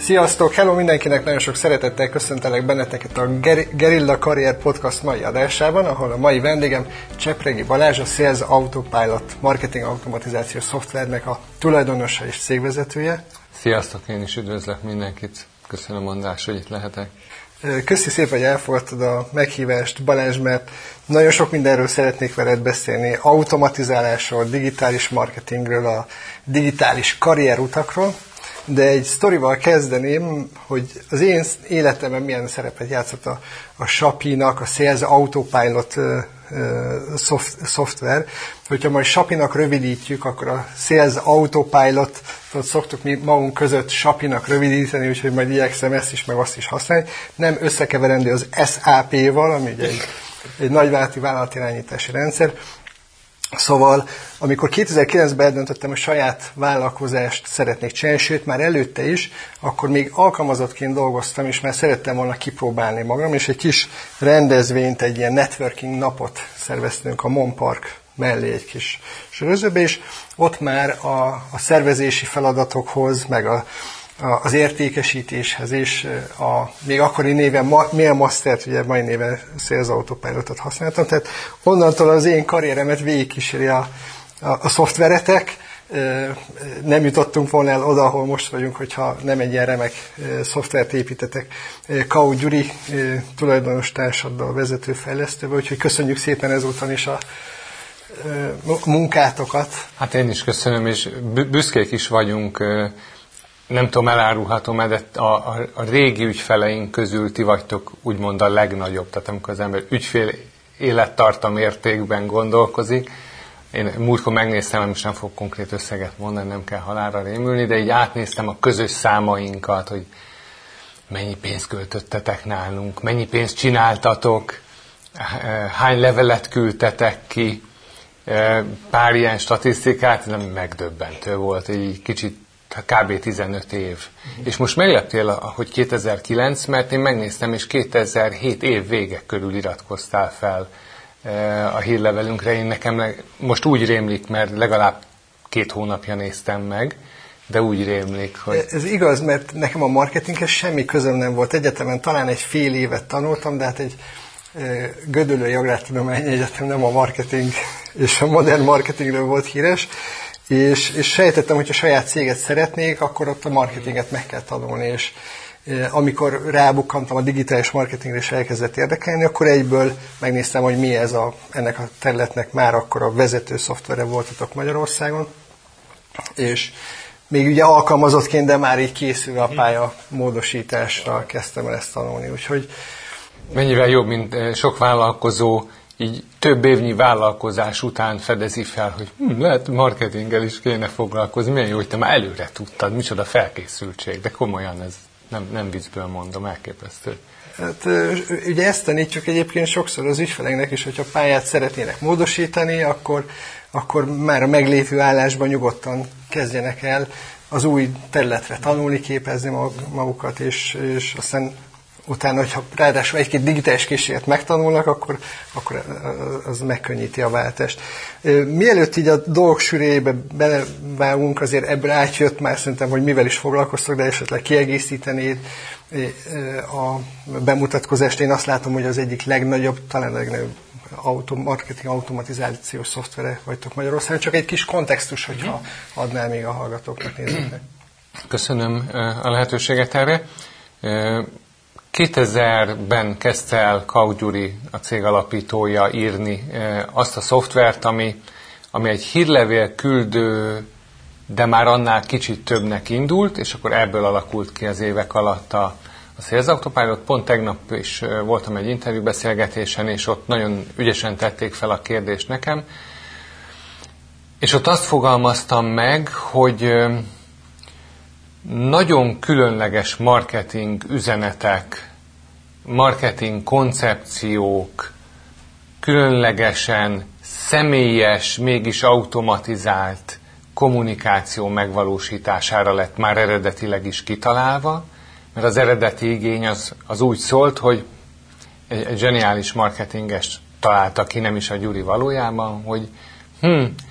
Sziasztok! Hello mindenkinek! Nagyon sok szeretettel köszöntelek benneteket a Guerilla Career Podcast mai adásában, ahol a mai vendégem Csepregi Balázs, a Sales Autopilot marketing automatizációs szoftvernek a tulajdonosa és cégvezetője. Sziasztok! Én is üdvözlök mindenkit. Köszönöm, András, hogy itt lehetek. Köszi szépen, hogy elfogadtad a meghívást, Balázs, mert nagyon sok mindenről szeretnék veled beszélni. Automatizálásról, digitális marketingről, a digitális karrierutakról. De egy sztorival kezdeném, hogy az én életemben milyen szerepet játszott a SAPI-nak, a Sales Autopilot szoftver. Hogyha majd SAPI-nak rövidítjük, akkor a Sales Autopilot szoktuk mi magunk között SAPI-nak rövidíteni, úgyhogy majd igyekszem ezt is, meg azt is használni. Nem összekeverendő az SAP-val, ami ugye egy nagyvállalati vállalatirányítási rendszer. Szóval, amikor 2009-ben eldöntöttem, hogy saját vállalkozást szeretnék csinálni, sőt, már előtte is, akkor még alkalmazottként dolgoztam, és már szerettem volna kipróbálni magam, és egy kis rendezvényt, egy ilyen networking napot szerveztünk a Mon Park mellé egy kis sörözőbe, és ott már a szervezési feladatokhoz, meg az értékesítéshez, és még akkori néven Mail Mastert, ugye mai néven Sales Autopilotot használtam, tehát onnantól az én karrieremet végigkíséri a szoftveretek. Nem jutottunk volna el oda, ahol most vagyunk, hogyha nem egy ilyen remek szoftvert építetek Kau Gyuri tulajdonos társaddal, vezetőfejlesztővel, úgyhogy köszönjük szépen ezúton is a munkátokat. Hát én is köszönöm, és büszkék is vagyunk. Nem tudom, elárulhatom, de a régi ügyfeleink közül ti vagytok úgymond a legnagyobb. Tehát amikor az ember ügyfél élettartam értékben gondolkozik, én múltkor megnéztem, most nem fogok konkrét összeget mondani, nem kell halálra rémülni, de így átnéztem a közös számainkat, hogy mennyi pénzt költöttetek nálunk, mennyi pénzt csináltatok, hány levelet küldtetek ki, pár ilyen statisztikát, nem megdöbbentő volt, egy kicsit kb. 15 év. És most megleptél, hogy 2009, mert én megnéztem, és 2007 év vége körül iratkoztál fel a hírlevelünkre. Én nekem most úgy rémlik, mert legalább 2 hónapja néztem meg, de úgy rémlik, hogy... Ez igaz, mert nekem a marketinghez semmi közöm nem volt. Egyetemen talán egy fél évet tanultam, de hát egy Gödöllői Agrártudományi Egyetem nem a marketing és a modern marketingről volt híres, és sejtettem, hogyha saját céget szeretnék, akkor ott a marketinget meg kell tanulni, és amikor rábukkantam a digitális marketingre és elkezdett érdekelni, akkor egyből megnéztem, hogy mi ez ennek a területnek már akkor a vezető szoftvere voltatok Magyarországon, és még ugye alkalmazottként, de már így készülve a pálya módosításra kezdtem el ezt tanulni, úgyhogy... Mennyivel jobb, mint sok vállalkozó így több évnyi vállalkozás után fedezi fel, hogy lehet marketinggel is kéne foglalkozni, milyen jó, hogy te már előre tudtad, micsoda felkészültség, de komolyan ez nem viccből mondom, elképesztő. Hát, ugye ezt tanítjuk egyébként sokszor az ügyfeleknek is, hogyha pályát szeretnének módosítani, akkor már a meglévő állásban nyugodtan kezdjenek el az új területre tanulni, képezni magukat, és aztán utána, hogyha ráadásul egy-két digitális készséget megtanulnak, akkor az megkönnyíti a váltást. Mielőtt így a dolgok sűrűjébe belevágunk, azért ebből átjött már szerintem, hogy mivel is foglalkoztok, de esetleg kiegészítenéd a bemutatkozást. Én azt látom, hogy az egyik legnagyobb, talán legnagyobb marketing automatizációs szoftvere vagytok Magyarországon. Csak egy kis kontextus, hogyha adnál még a hallgatóknak, nézőknek. Köszönöm a lehetőséget erre. 2000-ben kezdte el Kau Gyuri, a cég alapítója írni azt a szoftvert, ami egy hírlevél küldő, de már annál kicsit többnek indult, és akkor ebből alakult ki az évek alatt a Sales Autopilot. Pont tegnap is voltam egy interjúbeszélgetésen, és ott nagyon ügyesen tették fel a kérdést nekem, és ott azt fogalmaztam meg, hogy nagyon különleges marketing üzenetek, marketing koncepciók, különlegesen személyes, mégis automatizált kommunikáció megvalósítására lett már eredetileg is kitalálva, mert az eredeti igény az úgy szólt, hogy egy zseniális marketinges találta ki, nem is a Gyuri valójában, hogy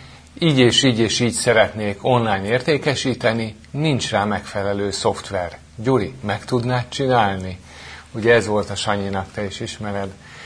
így és így szeretnék online értékesíteni, nincs rá megfelelő szoftver. Gyuri, meg tudnád csinálni? Ugye ez volt a Sanyinak, te is ismered,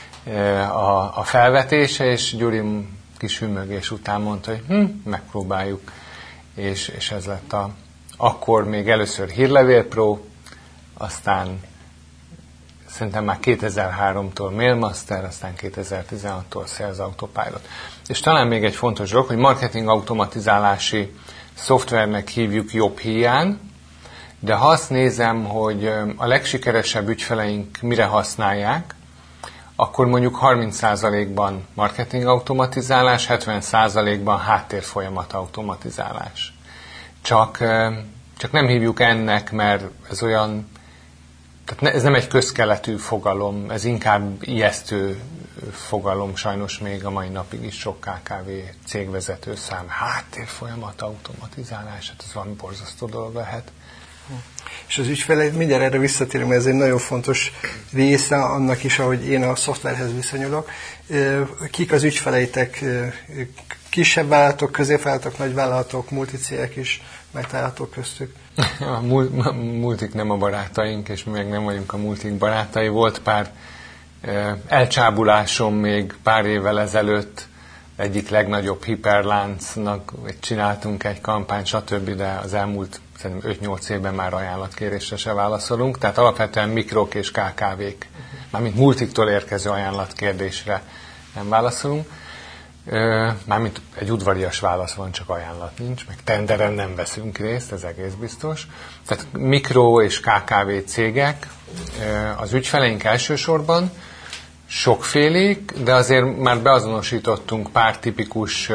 a felvetése, és Gyuri kis hűmögés után mondta, hogy megpróbáljuk. És ez lett akkor még először Hírlevél Pro, aztán szerintem már 2003-tól Mailmaster, aztán 2016-tól Sales Autopilot. És talán még egy fontos dolog, hogy marketing automatizálási szoftvernek hívjuk jobb híján, de ha azt nézem, hogy a legsikeresebb ügyfeleink mire használják, akkor mondjuk 30%-ban marketing automatizálás, 70%-ban háttérfolyamat automatizálás. Csak nem hívjuk ennek, mert ez olyan, tehát ez nem egy közkeletű fogalom, ez inkább ijesztő fogalom, sajnos még a mai napig is sok KKV cégvezető szám. Háttérfolyamat automatizálás, hát ez valami borzasztó dolog lehet. És az ügyfelek, mindjárt erre visszatérünk, mert ez egy nagyon fontos része annak is, ahogy én a szoftverhez viszonyulok. Kik az ügyfeleitek? Kisebb vállalatok, középvállalatok, nagy vállalatok, multicégek is megtalálhatók köztük? A multik nem a barátaink, és mi meg nem vagyunk a multik barátai. Volt pár elcsábulásom még pár évvel ezelőtt, egyik legnagyobb hiperláncnak csináltunk egy kampányt, stb., de az elmúlt szerintem 5-8 évben már ajánlatkérésre se válaszolunk, tehát alapvetően mikrok és KKV-k, mármint multiktól érkező ajánlatkérdésre nem válaszolunk. Mármint egy udvarias válasz van, csak ajánlat nincs, meg tenderen nem veszünk részt, ez egész biztos. Tehát mikro és KKV cégek, az ügyfeleink elsősorban sokfélék, de azért már beazonosítottunk pár tipikus,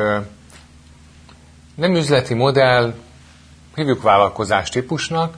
nem üzleti modell, hívjuk vállalkozás típusnak.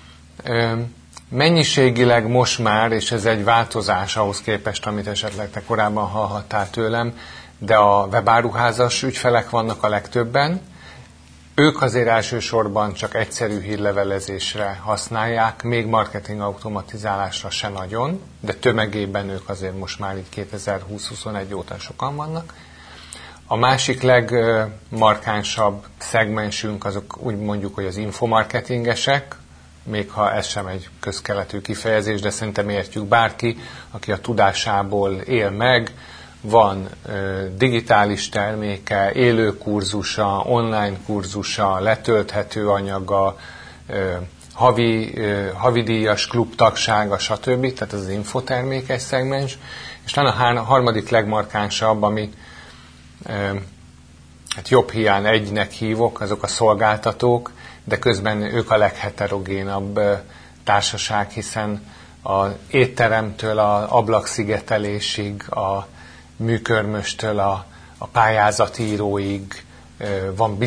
Mennyiségileg most már, és ez egy változás ahhoz képest, amit esetleg te korábban hallhattál tőlem, de a webáruházas ügyfelek vannak a legtöbben. Ők azért elsősorban csak egyszerű hírlevelezésre használják, még marketing automatizálásra se nagyon, de tömegében ők azért most már így 2020-21 óta sokan vannak. A másik legmarkánsabb szegmensünk azok úgy mondjuk, hogy az infomarketingesek, még ha ez sem egy közkeletű kifejezés, de szerintem értjük bárki, aki a tudásából él meg, van digitális terméke, élő kurzusa, online kurzusa, letölthető anyaga, havidíjas klubtagsága, stb. Tehát ez az infotermékes szegmens. És talán a harmadik legmarkánsabb, amit hát jobb hiány egynek hívok, azok a szolgáltatók, de közben ők a legheterogénabb társaság, hiszen az étteremtől az ablakszigetelésig, a műkörmöstől a pályázatíróig van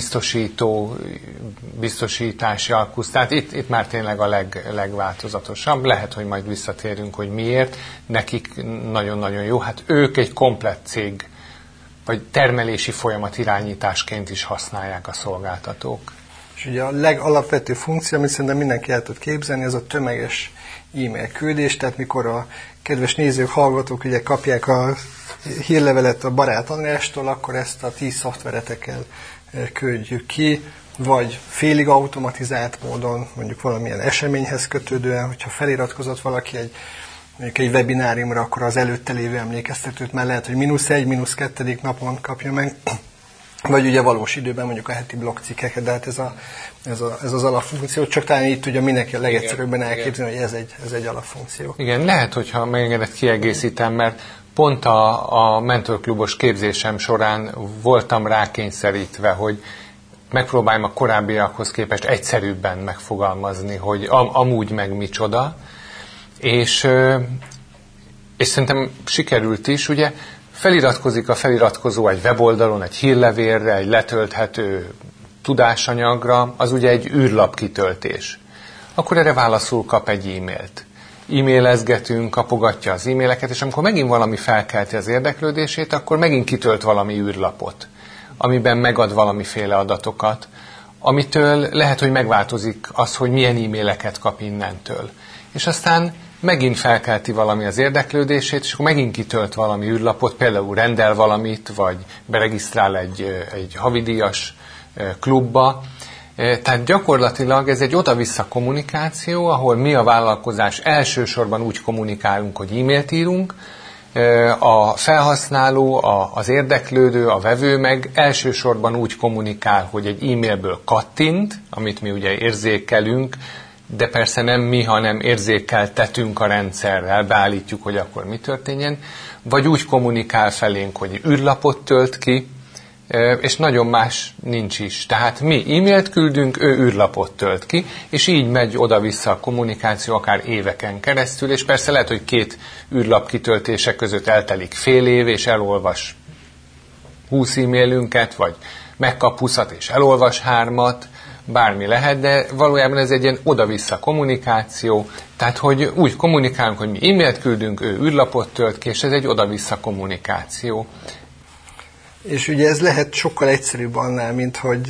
biztosítási alkusz. Tehát itt már tényleg a legváltozatosabb. Lehet, hogy majd visszatérünk, hogy miért. Nekik nagyon-nagyon jó. Hát ők egy komplett cég, vagy termelési folyamat irányításként is használják a szolgáltatók. És ugye a legalapvetőbb funkció, amit szerintem mindenki el tud képzelni, ez a tömeges e-mail küldés, tehát mikor a kedves nézők, hallgatók ugye kapják a hírlevelet a barát Andrástól, akkor ezt a 10 szoftveretekkel küldjük ki, vagy félig automatizált módon, mondjuk valamilyen eseményhez kötődően, hogyha feliratkozott valaki egy webináriumra, akkor az előtte lévő emlékeztetőt már lehet, hogy -1, -2. napon kapja meg, vagy ugye valós időben mondjuk a heti blogcikkeket, de hát ez az alapfunkció, csak talán így tudja mindenki a legegyszerűbben elképzelni, hogy ez egy alapfunkció. Igen, lehet, hogyha megengedett kiegészítem, mert pont a mentorklubos képzésem során voltam rákényszerítve, hogy megpróbáljam a korábbiakhoz képest egyszerűbben megfogalmazni, hogy amúgy meg micsoda, és szerintem sikerült is, ugye feliratkozik a feliratkozó egy weboldalon, egy hírlevélre, egy letölthető tudásanyagra, az ugye egy űrlap kitöltés. Akkor erre válaszul kap egy e-mailt. E-mailezgetünk, kapogatja az e-maileket, és amikor megint valami felkelti az érdeklődését, akkor megint kitölt valami űrlapot, amiben megad valamiféle adatokat, amitől lehet, hogy megváltozik az, hogy milyen e-maileket kap innentől. És aztán megint felkelti valami az érdeklődését, és akkor megint kitölt valami űrlapot, például rendel valamit, vagy beregisztrál egy havidíjas klubba, Tehát gyakorlatilag ez egy oda-vissza kommunikáció, ahol mi a vállalkozás elsősorban úgy kommunikálunk, hogy e-mailt írunk, a felhasználó, az érdeklődő, a vevő meg elsősorban úgy kommunikál, hogy egy e-mailből kattint, amit mi ugye érzékelünk, de persze nem mi, hanem érzékeltetünk a rendszerrel, beállítjuk, hogy akkor mi történjen, vagy úgy kommunikál felénk, hogy űrlapot tölt ki, és nagyon más nincs is. Tehát mi e-mailt küldünk, ő űrlapot tölt ki, és így megy oda-vissza a kommunikáció akár éveken keresztül, és persze lehet, hogy 2 űrlap kitöltése között eltelik fél év, és elolvas 20 e-mailünket, vagy megkap 20-at, és elolvas 3-at, bármi lehet, de valójában ez egy ilyen oda-vissza kommunikáció, tehát hogy úgy kommunikálunk, hogy mi e-mailt küldünk, ő űrlapot tölt ki, és ez egy oda-vissza kommunikáció. És ugye ez lehet sokkal egyszerűbb annál, mint hogy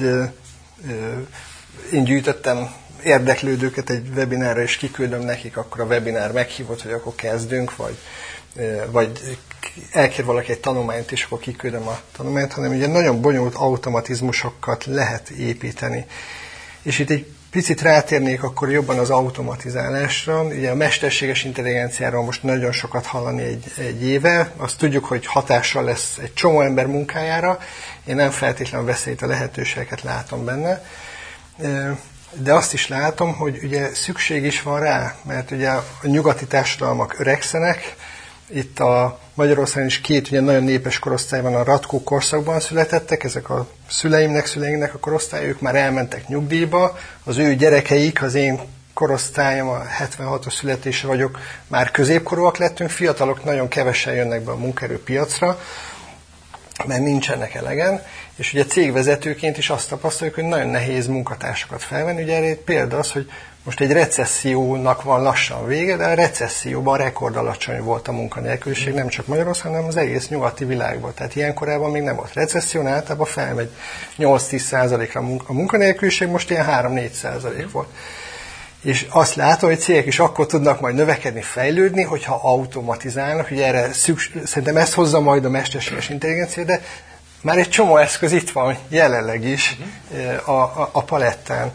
én gyűjtöttem érdeklődőket egy webinárra, és kiküldöm nekik, akkor a webinár meghívott, hogy akkor kezdünk, vagy elkér valaki egy tanulmányt, és akkor kiküldöm a tanulmányt, hanem ugye nagyon bonyolult automatizmusokat lehet építeni. És itt egy picit rátérnék akkor jobban az automatizálásra. Ugye a mesterséges intelligenciáról most nagyon sokat hallani egy éve. Azt tudjuk, hogy hatással lesz egy csomó ember munkájára. Én nem feltétlenül veszélyt, a lehetőségeket látom benne. De azt is látom, hogy ugye szükség is van rá, mert ugye a nyugati társadalmak öregszenek. Itt a Magyarországon is 2 ugye nagyon népes korosztály van, a Ratkó korszakban születettek, ezek a szüleimnek a korosztályok már elmentek nyugdíjba, az ő gyerekeik, az én korosztályom, a 76-os születésre vagyok, már középkorúak lettünk, fiatalok nagyon kevesen jönnek be a munkaerőpiacra, mert nincsenek elegen, és ugye cégvezetőként is azt tapasztaljuk, hogy nagyon nehéz munkatársakat felvenni. Ugye erre példa az, hogy most egy recessziónak van lassan vége, de a recesszióban rekordalacsony volt a munkanélküliség, nem csak Magyarországon, hanem az egész nyugati világban. Tehát ilyenkorában még nem volt recesszió, általában felmegy 8-10%-ra a munkanélküliség, most ilyen 3-4% volt. És azt látom, hogy cégek is akkor tudnak majd növekedni, fejlődni, hogyha automatizálnak, ugye erre szerintem ezt hozza majd a mesterséges intelligencia, de már egy csomó eszköz itt van jelenleg is a palettán.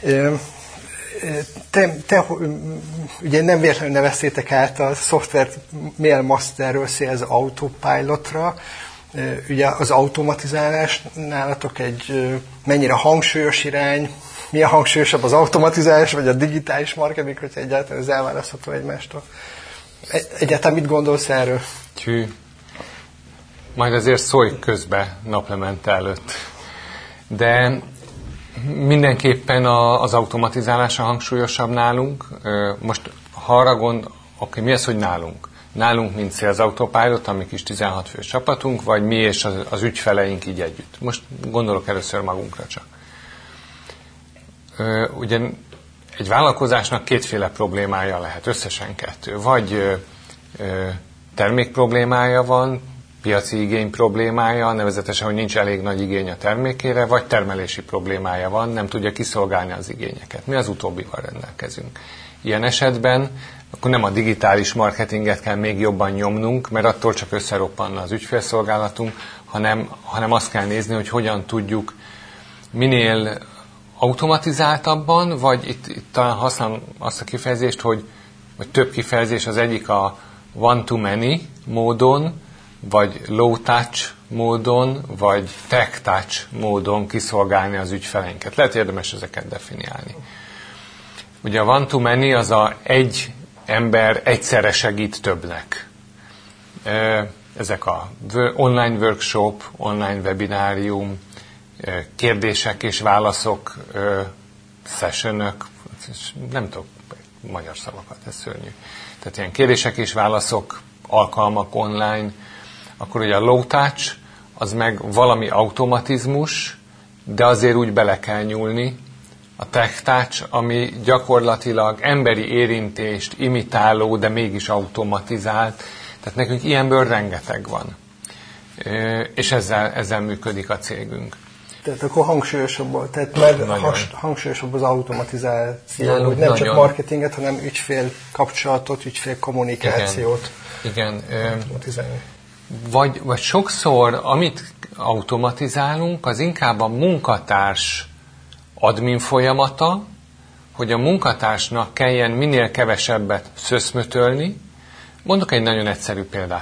Te ugye nem véletlenül neveztétek át a szoftver Mailmasterről Sales Autopilotra. Ugye az automatizálás nálatok mennyire hangsúlyos irány, milyen hangsúlyosabb az automatizálás, vagy a digitális marketing, hogyha egyáltalán ez elválasztható egymástól. Egyáltalán mit gondolsz erről? Majd azért szólj közbe naplemente előtt. De mindenképpen az automatizálás a hangsúlyosabb nálunk. Most ha arra mi az, hogy nálunk? Nálunk, mint Sales Autopilot, ami kis 16 fős csapatunk, vagy mi és az ügyfeleink így együtt. Most gondolok először magunkra csak. Ugye egy vállalkozásnak 2 problémája lehet, összesen 2. Vagy termék problémája van, piaci igény problémája, nevezetesen, hogy nincs elég nagy igény a termékére, vagy termelési problémája van, nem tudja kiszolgálni az igényeket. Mi az utóbbival rendelkezünk. Ilyen esetben akkor nem a digitális marketinget kell még jobban nyomnunk, mert attól csak összeroppanna az ügyfélszolgálatunk, hanem azt kell nézni, hogy hogyan tudjuk minél automatizáltabban, vagy itt talán használom azt a kifejezést, vagy több kifejezés, az egyik a one-to-many módon, vagy low-touch módon, vagy tech-touch módon kiszolgálni az ügyfeleinket. Lehet érdemes ezeket definiálni. Ugye a one-to-many az egy ember egyszerre segít többnek. Ezek a online workshop, online webinárium, kérdések és válaszok, sessionök, nem tudok magyar szavakat, ez szörnyű. Tehát ilyen kérdések és válaszok, alkalmak online, akkor ugye a low touch, az meg valami automatizmus, de azért úgy bele kell nyúlni. A tech touch, ami gyakorlatilag emberi érintést imitáló, de mégis automatizált. Tehát nekünk ilyenből rengeteg van. És ezzel működik a cégünk. Tehát akkor hangsúlyosabb, hangsúlyosabb az automatizáció, hogy nem csak marketinget, hanem ügyfél kapcsolatot, ügyfél kommunikációt. Igen. Vagy sokszor, amit automatizálunk, az inkább a munkatárs admin folyamata, hogy a munkatársnak kelljen minél kevesebbet szöszmötölni. Mondok egy nagyon egyszerű példát.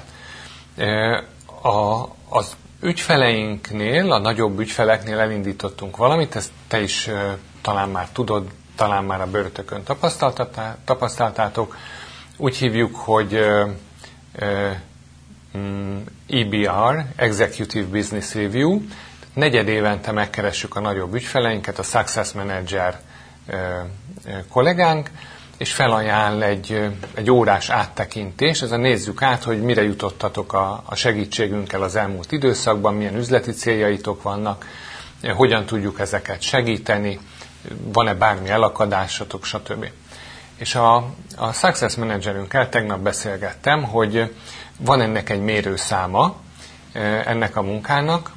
Az ügyfeleinknél, a nagyobb ügyfeleknél elindítottunk valamit, ezt te is talán már tudod, talán már a bőrötökön tapasztaltátok. Úgy hívjuk, hogy EBR, Executive Business Review. Negyed évente megkeressük a nagyobb ügyfeleinket, a Success Manager kollégánk, és felajánl egy órás áttekintés, ezen nézzük át, hogy mire jutottatok a segítségünkkel az elmúlt időszakban, milyen üzleti céljaitok vannak, hogyan tudjuk ezeket segíteni, van-e bármi elakadásatok, stb. És a Success Managerünkkel tegnap beszélgettem, hogy van ennek egy mérőszáma, ennek a munkának,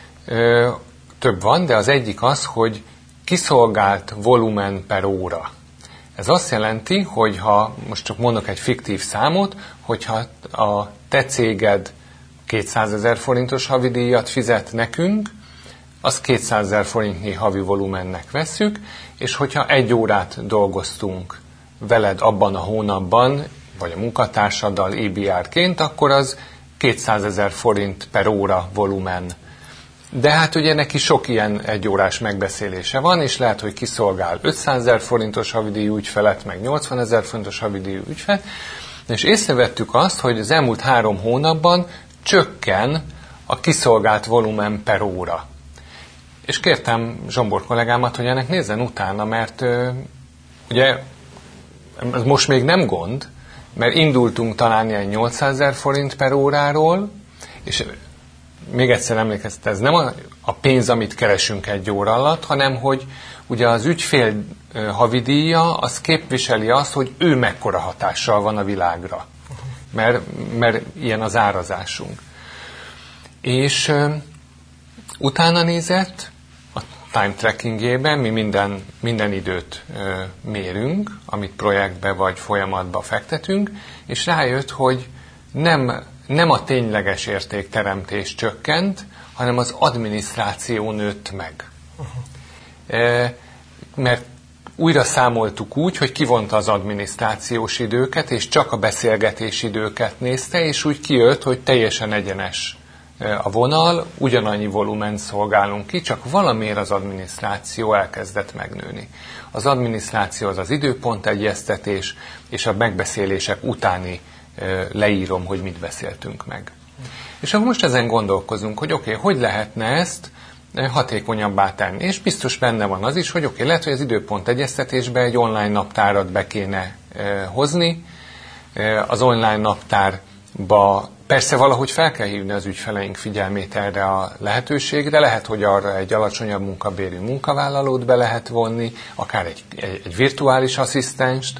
több van, de az egyik az, hogy kiszolgált volumen per óra. Ez azt jelenti, hogy ha, most csak mondok egy fiktív számot, hogyha a te céged 200 000 forintos havidíjat fizet nekünk, azt 200 000 forintnyi havi volumennek vesszük, és hogyha 1 órát dolgoztunk veled abban a hónapban, vagy a munkatársaddal EBR-ként, akkor az 200 000 forint per óra volumen. De hát ugye neki sok ilyen 1 órás megbeszélése van, és lehet, hogy kiszolgál 500 000 forintos havidíjú ügyfelet, meg 80 000 forintos havidíjú ügyfelet, és észrevettük azt, hogy az elmúlt 3 hónapban csökken a kiszolgált volumen per óra. És kértem Zsombor kollégámat, hogy ennek nézzen utána, mert ugye ez most még nem gond, mert indultunk talán ilyen 800 000 forint per óráról, és még egyszer emlékeztet, ez nem a pénz, amit keresünk 1 óra alatt, hanem hogy ugye az ügyfél havidíja, az képviseli azt, hogy ő mekkora hatással van a világra. Mert ilyen az árazásunk. És utána nézett, a time trackingjében mi minden időt mérünk, amit projektbe vagy folyamatba fektetünk, és rájött, hogy nem a tényleges értékteremtés csökkent, hanem az adminisztráció nőtt meg. Mert újra számoltuk úgy, hogy kivonta az adminisztrációs időket, és csak a beszélgetési időket nézte, és úgy kijött, hogy teljesen egyenes a vonal, ugyanannyi volument szolgálunk ki, csak valamiért az adminisztráció elkezdett megnőni. Az adminisztráció az időpontegyeztetés, és a megbeszélések utáni leírom, hogy mit beszéltünk meg. És akkor most ezen gondolkozunk, hogy hogy lehetne ezt hatékonyabbá tenni. És biztos benne van az is, hogy lehet, hogy az időpontegyeztetésbe egy online naptárat be kéne hozni. Az online naptárba persze valahogy fel kell hívni az ügyfeleink figyelmét erre a lehetőségre, lehet, hogy arra egy alacsonyabb munkabérű munkavállalót be lehet vonni, akár egy virtuális asszisztenst,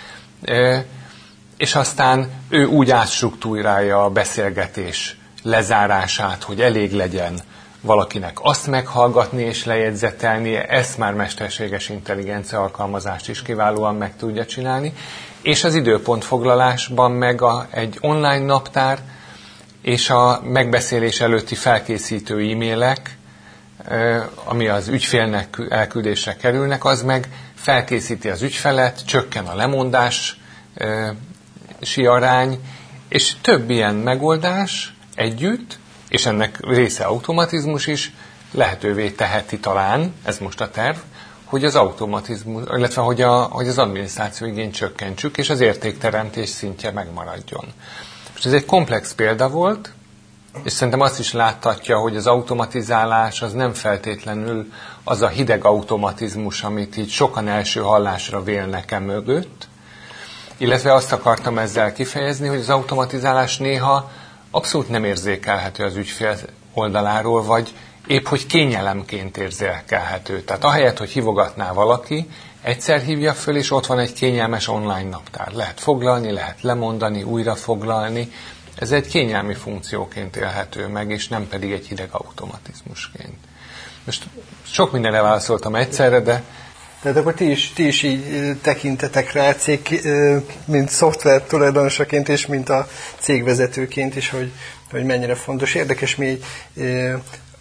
és aztán ő úgy átstruktúrálja a beszélgetés lezárását, hogy elég legyen valakinek azt meghallgatni és lejegyzetelni, ezt már mesterséges intelligencia alkalmazást is kiválóan meg tudja csinálni, és az időpontfoglalásban meg egy online naptár és a megbeszélés előtti felkészítő e-mailek, ami az ügyfélnek elküldésre kerülnek, az meg felkészíti az ügyfelet, csökken a lemondás arány, és több ilyen megoldás együtt, és ennek része automatizmus is lehetővé teheti talán, ez most a terv, hogy az automatizmus, illetve hogy az adminisztráció igényt csökkentsük, és az értékteremtés szintje megmaradjon. Most ez egy komplex példa volt, és szerintem azt is láttatja, hogy az automatizálás az nem feltétlenül az a hideg automatizmus, amit így sokan első hallásra vélnek mögött, illetve azt akartam ezzel kifejezni, hogy az automatizálás néha abszolút nem érzékelhető az ügyfél oldaláról, vagy épp hogy kényelemként érzékelhető. Tehát ahelyett, hogy hívogatná valaki, egyszer hívja föl, és ott van egy kényelmes online naptár. Lehet foglalni, lehet lemondani, újra foglalni. Ez egy kényelmi funkcióként élhető meg, és nem pedig egy hideg automatizmusként. Most sok mindenre válaszoltam egyszerre, de... Tehát akkor ti is így tekintetek rá cég, mint szoftver tulajdonosaként, és mint a cégvezetőként is, hogy mennyire fontos. Érdekes, mi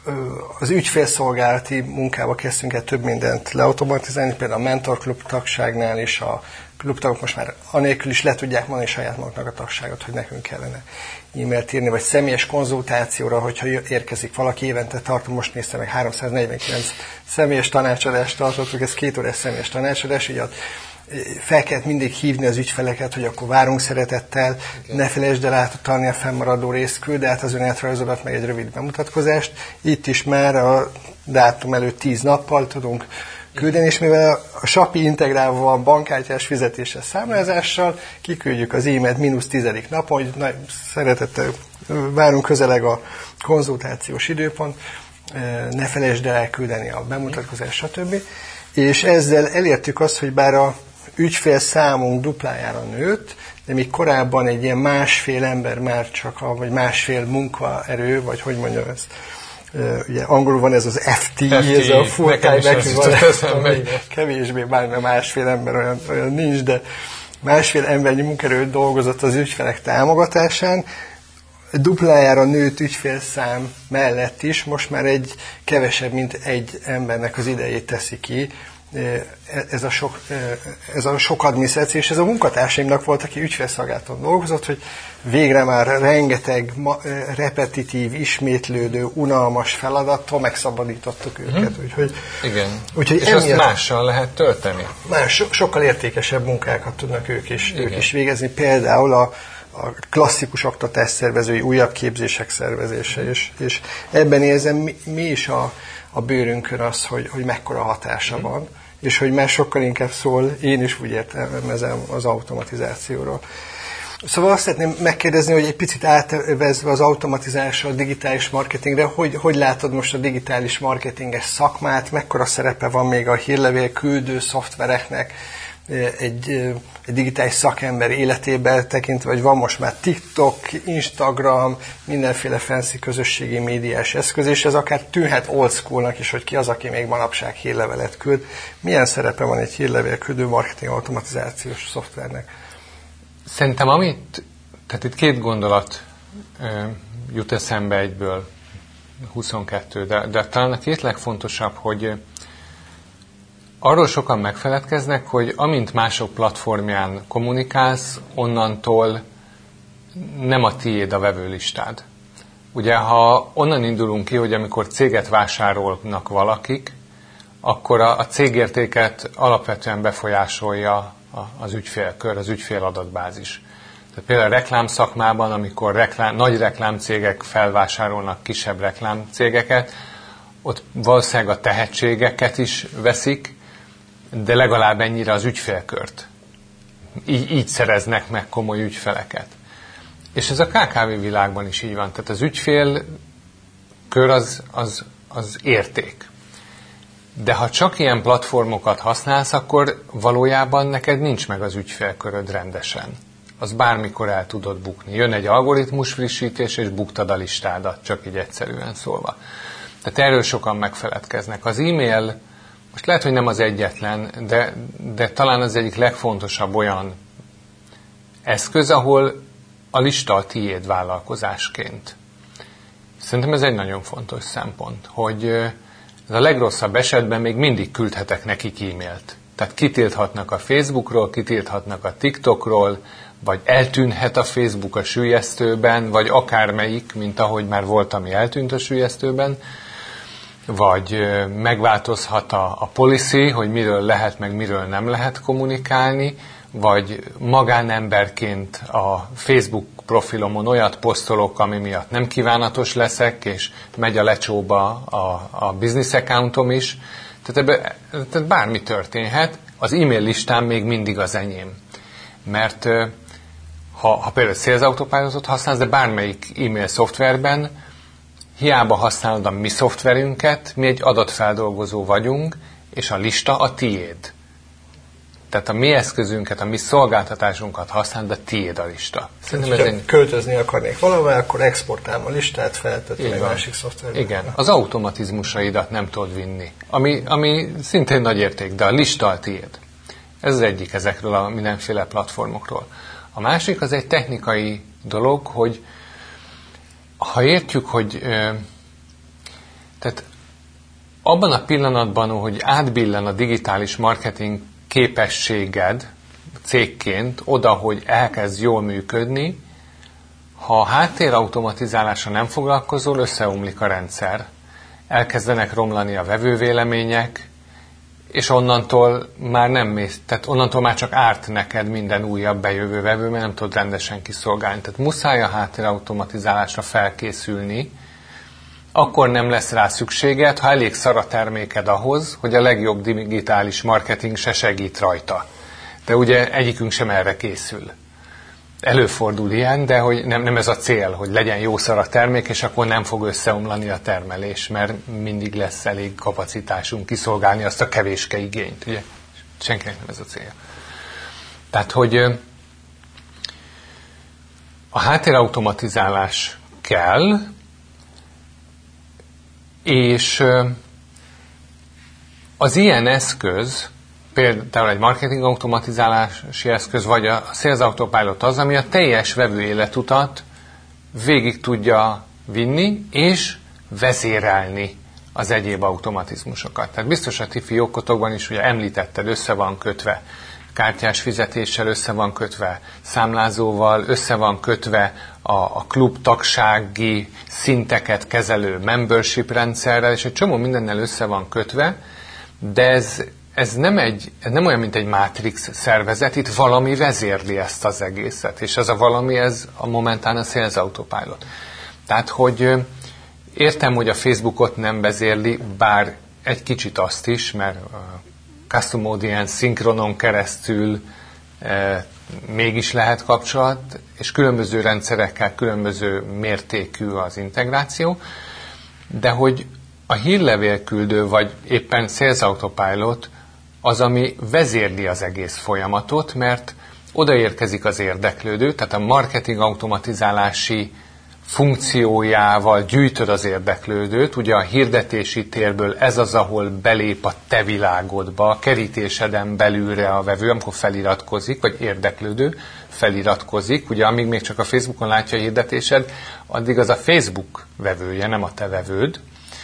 az ügyfélszolgálati munkába kezdtünk el több mindent leautomatizálni, például a mentorklub tagságnál is a klubtagok most már anélkül is le tudják mondani saját maguknak a tagságot, hogy nekünk kellene e-mailt írni, vagy személyes konzultációra, hogyha érkezik valaki, évente tartom, most néztem meg 349 személyes tanácsadást tartottuk, ez 2 órás személyes tanácsadás, így fel kellett mindig hívni az ügyfeleket, hogy akkor várunk szeretettel, ne felejtsd el átutalni a fennmaradó részt, küld át az önéletrajzodat, meg egy rövid bemutatkozást. Itt is már a dátum előtt 10 nappal tudunk küldeni, és mivel a SAPI integrálva van bankkártyás fizetéses számlázással, kiküldjük az e-mailt -10. napon, hogy szeretettel várunk, közeleg a konzultációs időpont, ne felejtsd el elküldeni a bemutatkozást, stb. És ezzel elértük azt, hogy bár a ügyfélszámunk duplájára nőtt, de még korábban egy ilyen másfél ember már csak, vagy másfél munkaerő, vagy hogy mondjam ezt, ugye angolul van ez az FT, ez a full-time equivalent, kevésbé bármi másfél ember, olyan nincs, de másfél embernyi munkaerő dolgozott az ügyfelek támogatásán, duplájára nőtt ügyfélszám mellett is, most már egy kevesebb, mint egy embernek az idejét teszi ki, ez a sok adminisztráció, és ez a munkatársaimnak volt, aki ügyfélszolgálaton dolgozott, hogy végre már rengeteg repetitív, ismétlődő, unalmas feladattól megszabadítottuk őket. Igen. Úgyhogy és azt mással lehet tölteni. Sokkal értékesebb munkákat tudnak ők is végezni, például a klasszikus oktatásszervezői újabb képzések szervezése, és ebben érzem mi is a bőrünkön az, hogy mekkora hatása van, és hogy már sokkal inkább szól, én is úgy értelmezem az automatizációról. Szóval azt szeretném megkérdezni, hogy egy picit átvezve az automatizálásra, a digitális marketingre, hogy látod most a digitális marketinges szakmát, mekkora szerepe van még a hírlevél küldő szoftvereknek, egy digitális szakember életében tekintve, vagy van most már TikTok, Instagram, mindenféle fancy közösségi médiás eszköz, és ez akár tűnhet old schoolnak is, hogy ki az, aki még manapság hírlevelet küld. Milyen szerepe van egy hírlevél küldő marketing automatizációs szoftvernek? Szerintem tehát itt 2 gondolat jut eszembe egyből, 22, de talán a 2 legfontosabb, hogy arról sokan megfeledkeznek, hogy amint mások platformján kommunikálsz, onnantól nem a tiéd a vevőlistád. Ugye, ha onnan indulunk ki, hogy amikor céget vásárolnak valakik, akkor a cégértéket alapvetően befolyásolja az ügyfélkör, az ügyféladatbázis. Tehát például a reklámszakmában, amikor nagy reklámcégek felvásárolnak kisebb reklámcégeket, ott valószínűleg a tehetségeket is veszik, de legalább ennyire az ügyfélkört. Így szereznek meg komoly ügyfeleket. És ez a KKV világban is így van. Tehát az ügyfélkör az érték. De ha csak ilyen platformokat használsz, akkor valójában neked nincs meg az ügyfélköröd rendesen. Az bármikor el tudod bukni. Jön egy algoritmus frissítés, és buktad a listádat, csak így egyszerűen szólva. Tehát erről sokan megfeledkeznek. Az e-mail most lehet, hogy nem az egyetlen, de talán az egyik legfontosabb olyan eszköz, ahol a lista a tiéd vállalkozásként. Szerintem ez egy nagyon fontos szempont, hogy ez a legrosszabb esetben még mindig küldhetek nekik e-mailt. Tehát kitilthatnak a Facebookról, kitilthatnak a TikTokról, vagy eltűnhet a Facebook a süllyesztőben, vagy akármelyik, mint ahogy már volt, ami eltűnt a süllyesztőben, vagy megváltozhat a policy, hogy miről lehet, meg miről nem lehet kommunikálni, vagy magánemberként a Facebook profilomon olyat posztolok, ami miatt nem kívánatos leszek, és megy a lecsóba a business accountom is. Tehát bármi történhet, az e-mail listám még mindig az enyém. Mert ha például Sales Autopilotot használsz, de bármelyik e-mail szoftverben, hiába használod a mi szoftverünket, mi egy adatfeldolgozó vagyunk, és a lista a tiéd. Tehát a mi eszközünket, a mi szolgáltatásunkat használ, de tiéd a lista. Szerintem költözni akarnék valahová, akkor exportálom a listát, feltettem egy másik szoftverbe. Igen, az automatizmusaidat nem tudod vinni, ami szintén nagy érték, de a lista a tiéd. Ez az egyik ezekről a mindenféle platformokról. A másik az egy technikai dolog, hogy ha értjük, hogy Tehát abban a pillanatban, hogy átbillen a digitális marketing képességed cégként oda, hogy elkezd jól működni, ha a háttérautomatizálásra nem foglalkozol, összeomlik a rendszer. Elkezdenek romlani a vevővélemények, és onnantól már nem mész, tehát onnantól már csak árt neked minden újabb bejövő vevő, mert nem tudod rendesen kiszolgálni. Tehát muszáj a háttérautomatizálásra felkészülni, akkor nem lesz rá szükséged, ha elég szar a terméked ahhoz, hogy a legjobb digitális marketing se segít rajta. De ugye egyikünk sem erre készül. Előfordul ilyen, de hogy nem ez a cél, hogy legyen jó szar a termék, és akkor nem fog összeomlani a termelés, mert mindig lesz elég kapacitásunk kiszolgálni azt a kevéske igényt. Ugye? Senkinek nem ez a cél. Tehát, hogy a háttérautomatizálás kell, és az ilyen eszköz, például egy marketing automatizálási eszköz, vagy a Sales Autopilot az, ami a teljes vevő életutat végig tudja vinni, és vezérelni az egyéb automatizmusokat. Tehát biztos a ti fiókotokban is, ugye említetted, össze van kötve kártyás fizetéssel, össze van kötve számlázóval, össze van kötve a klub tagsági szinteket kezelő membership rendszerrel, és egy csomó mindennel össze van kötve, de ez nem olyan, mint egy Matrix szervezet, itt valami vezérli ezt az egészet, és ez a valami, ez a momentán a Sales Autopilot. Tehát, hogy értem, hogy a Facebookot nem vezérli, bár egy kicsit azt is, mert Custom Audience szinkronon keresztül mégis lehet kapcsolat, és különböző rendszerekkel különböző mértékű az integráció, de hogy a hírlevélküldő, vagy éppen Sales Autopilot az, ami vezérli az egész folyamatot, mert odaérkezik az érdeklődő, tehát a marketing automatizálási funkciójával gyűjtöd az érdeklődőt, ugye a hirdetési térből ez az, ahol belép a te világodba, a kerítéseden belülre a vevő, amikor feliratkozik, vagy érdeklődő feliratkozik, ugye amíg még csak a Facebookon látja a hirdetésed, addig az a Facebook vevője, nem a te vevőd.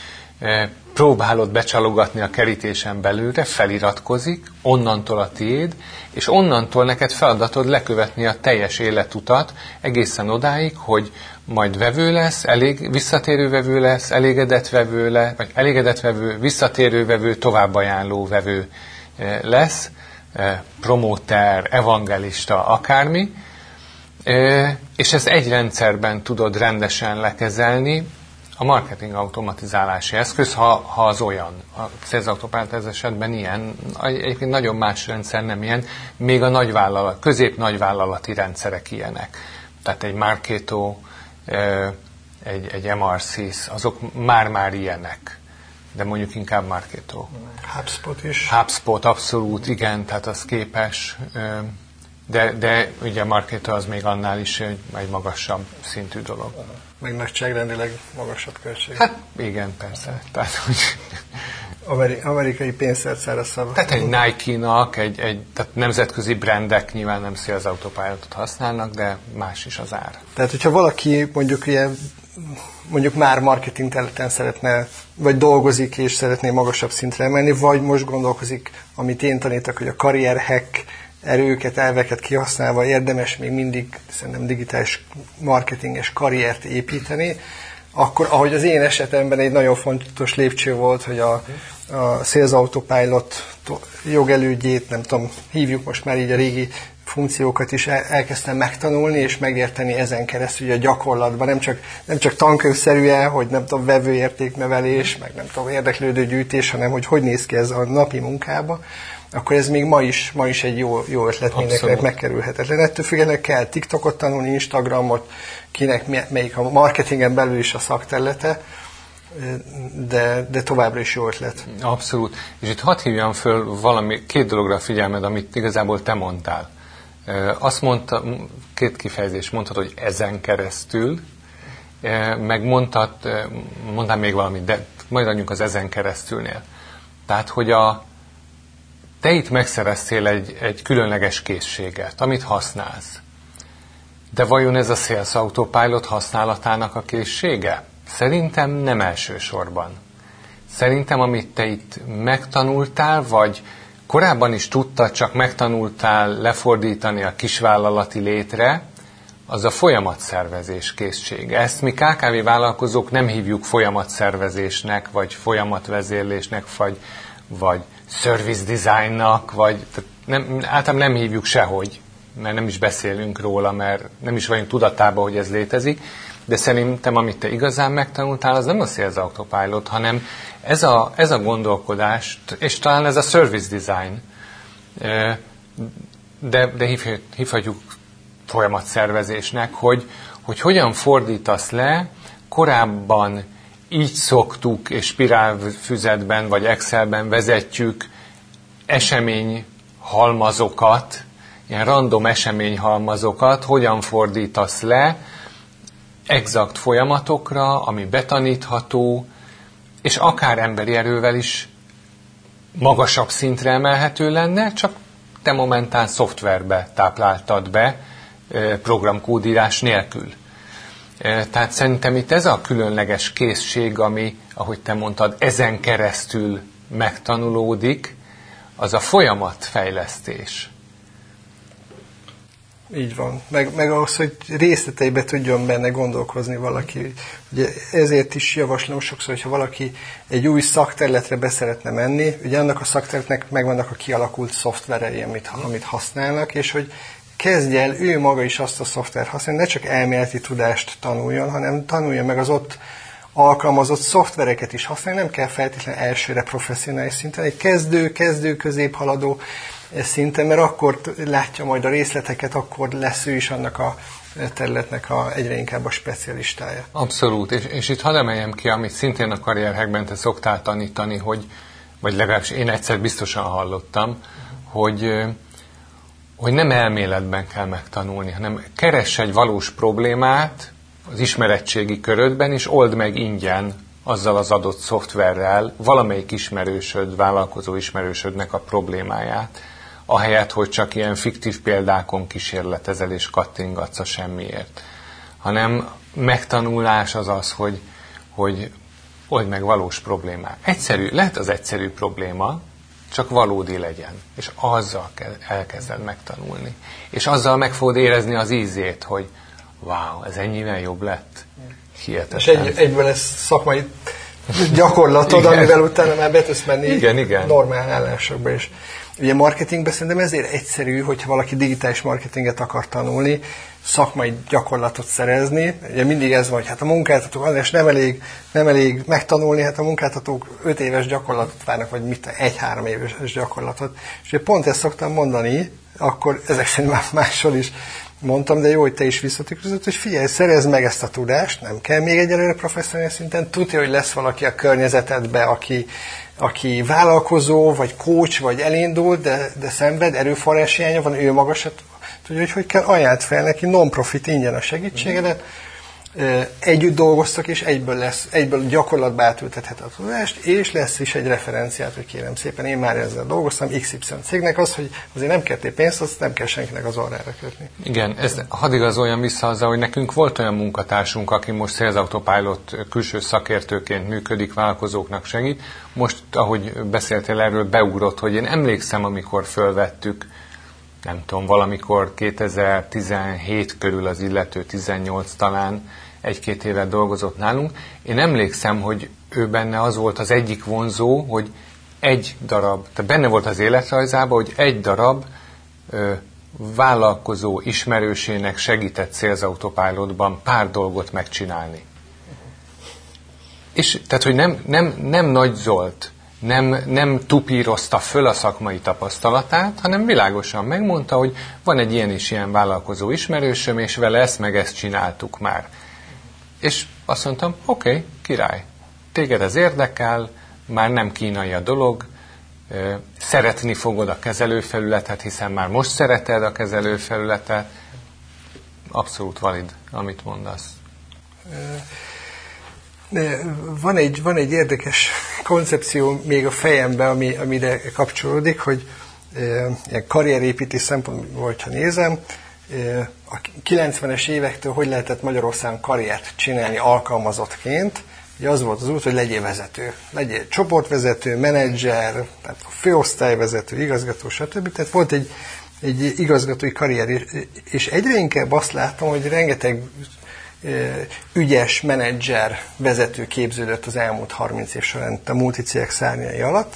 Próbálod becsalogatni a kerítésen belülre, feliratkozik, onnantól a tiéd, és onnantól neked feladatod lekövetni a teljes életutat egészen odáig, hogy majd vevő lesz, visszatérő vevő lesz, elégedett vevő, vagy elégedett vevő, visszatérő vevő, továbbajánló vevő lesz, promóter, evangelista, akármi, és ezt egy rendszerben tudod rendesen lekezelni. A marketing automatizálási eszköz, ha az olyan. A Sales Autopilot ez esetben ilyen, egyébként nagyon más rendszer nem ilyen, még a közép-nagyvállalati rendszerek ilyenek. Tehát egy Marketo, egy MRCs, azok már ilyenek. De mondjuk inkább Marketo. HubSpot is. HubSpot abszolút, igen, tehát az képes. De ugye a Marketo az még annál is egy magasabb szintű dolog. Meg nagyságrendileg magasabb költség. Hát igen, persze. Tehát, hogy amerikai pénzszerszára szava. Tehát egy Nike-nak, tehát nemzetközi brandek nyilván nem Sales Autopilotot használnak, de más is az ár. Tehát, hogyha valaki mondjuk már marketing területen szeretne, vagy dolgozik és szeretné magasabb szintre emelni, vagy most gondolkozik, amit én tanítok, hogy a karrier hack erőket, elveket kihasználva érdemes még mindig szerintem digitális marketinges karriert építeni, akkor ahogy az én esetemben egy nagyon fontos lépcső volt, hogy a Sales Autopilot jogelődjét, nem tudom, hívjuk most már így a régi funkciókat is elkezdtem megtanulni, és megérteni ezen keresztül, hogy a gyakorlatban nem csak tankönyvszerűen, hogy nem tudom, vevőértéknevelés, meg nem tudom, érdeklődő gyűjtés, hanem hogy néz ki ez a napi munkába, akkor ez még ma is egy jó ötlet, mindenkinek megkerülhetetlen. Ettől függetlenül kell TikTokot tanulni, Instagramot, kinek melyik a marketingen belül is a szakterülete, de továbbra is jó ötlet. Abszolút. És itt hadd hívjam föl két dologra a figyelmed, amit igazából te mondtál. Azt mondta, két kifejezés mondtad, hogy ezen keresztül, meg mondtál még valamit, de majd adjunk az ezen keresztülnél. Tehát, hogy te itt megszereztél egy különleges készséget, amit használsz. De vajon ez a Sales Autopilot használatának a készsége? Szerintem nem elsősorban. Szerintem, amit te itt megtanultál, vagy korábban is tudtad, csak megtanultál lefordítani a kisvállalati létre, az a folyamatszervezés készsége. Ezt mi KKV vállalkozók nem hívjuk folyamatszervezésnek, vagy folyamatvezérlésnek, vagy service designnak, vagy általában nem hívjuk sehogy, mert nem is beszélünk róla, mert nem is vagyunk tudatában, hogy ez létezik, de szerintem, amit te igazán megtanultál, az nem a Sales Autopilot, hanem ez a gondolkodás, és talán ez a service design, de hívhatjuk folyamatszervezésnek, hogy hogyan fordítasz le, korábban így szoktuk, és spirálfüzetben vagy Excelben vezetjük eseményhalmazokat, ilyen random eseményhalmazokat, hogyan fordítasz le exakt folyamatokra, ami betanítható, és akár emberi erővel is magasabb szintre emelhető lenne, csak te momentán szoftverbe tápláltad be, programkódírás nélkül. Tehát szerintem itt ez a különleges készség, ami, ahogy te mondtad, ezen keresztül megtanulódik, az a folyamatfejlesztés. Így van. Meg ahhoz, hogy részleteibe tudjon benne gondolkozni valaki. Ugye ezért is javaslom sokszor, hogyha valaki egy új szakterületre be szeretne menni, ugye annak a szakterületnek megvannak a kialakult szoftverei, amit használnak, és hogy kezdje el ő maga is azt a szoftvert használni, ne csak elméleti tudást tanuljon, hanem tanulja meg az ott alkalmazott szoftvereket is használni, nem kell feltétlenül elsőre professzionális szinten, egy kezdő, középhaladó szinten, mert akkor látja majd a részleteket, akkor lesz ő is annak a területnek egyre inkább a specialistája. Abszolút, és itt hadd emeljem ki, amit szintén a karrierhackben te szoktál tanítani, vagy legalábbis én egyszer biztosan hallottam, hogy nem elméletben kell megtanulni, hanem keress egy valós problémát az ismeretségi körödben, és old meg ingyen azzal az adott szoftverrel valamelyik ismerősöd, vállalkozó ismerősödnek a problémáját, ahelyett, hogy csak ilyen fiktív példákon kísérletezel és kattingatsz a semmiért. Hanem megtanulás az, hogy old meg valós problémát. Lehet az egyszerű probléma, csak valódi legyen. És azzal elkezded megtanulni. És azzal meg fogod érezni az ízét, hogy wow, ez ennyivel jobb lett. Hihetetlen. És egyből lesz szakmai gyakorlatod, amivel utána már be tudsz menni igen. normál állásokba is. Ugye marketingben szerintem ezért egyszerű, hogyha valaki digitális marketinget akar tanulni, szakmai gyakorlatot szerezni. Ugye mindig ez van, hogy hát a munkáltatók, és nem elég megtanulni, hát a munkáltatók 5 éves gyakorlatot várnak, vagy 1-3 éves gyakorlatot. És ugye pont ezt szoktam mondani, akkor ezek szerint már máshol is mondtam, de jó, hogy te is visszatükrözött, hogy figyelj, szerezd meg ezt a tudást, nem kell még egyelőre professzionális szinten, tudja, hogy lesz valaki a környezetedbe, aki vállalkozó, vagy coach, vagy elindult, de szenved, erőforrás hiánya van, ő maga se tudja, hogy kell, ajánlt fel neki non-profit ingyen a segítségedet, együtt dolgoztak, és egyből gyakorlatba átültethet a tudást, és lesz is egy referenciát, hogy kérem szépen, én már ezzel dolgoztam, XY cégnek az, hogy azért nem kértél pénzt, azt nem kell senkinek az orrára kötni. Igen, ez hadd igazoljam vissza azzal, hogy nekünk volt olyan munkatársunk, aki most Sales Autopilot külső szakértőként működik, vállalkozóknak segít. Most, ahogy beszéltél erről, beugrott, hogy én emlékszem, amikor fölvettük, nem tudom, valamikor 2017 körül az illető, 18 talán, 1-2 évet dolgozott nálunk. Én emlékszem, hogy ő benne az volt az egyik vonzó, hogy egy darab, tehát benne volt az életrajzában, hogy egy darab vállalkozó ismerősének segített Sales Autopilotban pár dolgot megcsinálni. És tehát, hogy nem nagyzolt, nem tupírozta föl a szakmai tapasztalatát, hanem világosan megmondta, hogy van egy ilyen és ilyen vállalkozó ismerősöm, és vele ezt meg ezt csináltuk már. És azt mondtam, oké, király, téged ez érdekel, már nem kínai a dolog, szeretni fogod a kezelőfelületet, hiszen már most szereted a kezelőfelületet. Abszolút valid, amit mondasz. Van egy érdekes koncepció még a fejemben, ami ide kapcsolódik, hogy ilyen karrierépítés szempontból, hogyha nézem, a 90-es évektől hogy lehetett Magyarországon karriert csinálni alkalmazottként, ugye az volt az út, hogy legyél vezető. Legyél csoportvezető, menedzser, tehát főosztályvezető, igazgató, stb. Tehát volt egy igazgatói karrier, és egyre inkább azt látom, hogy rengeteg ügyes menedzser vezető képződött az elmúlt 30 év során a multicégek szárnyai alatt.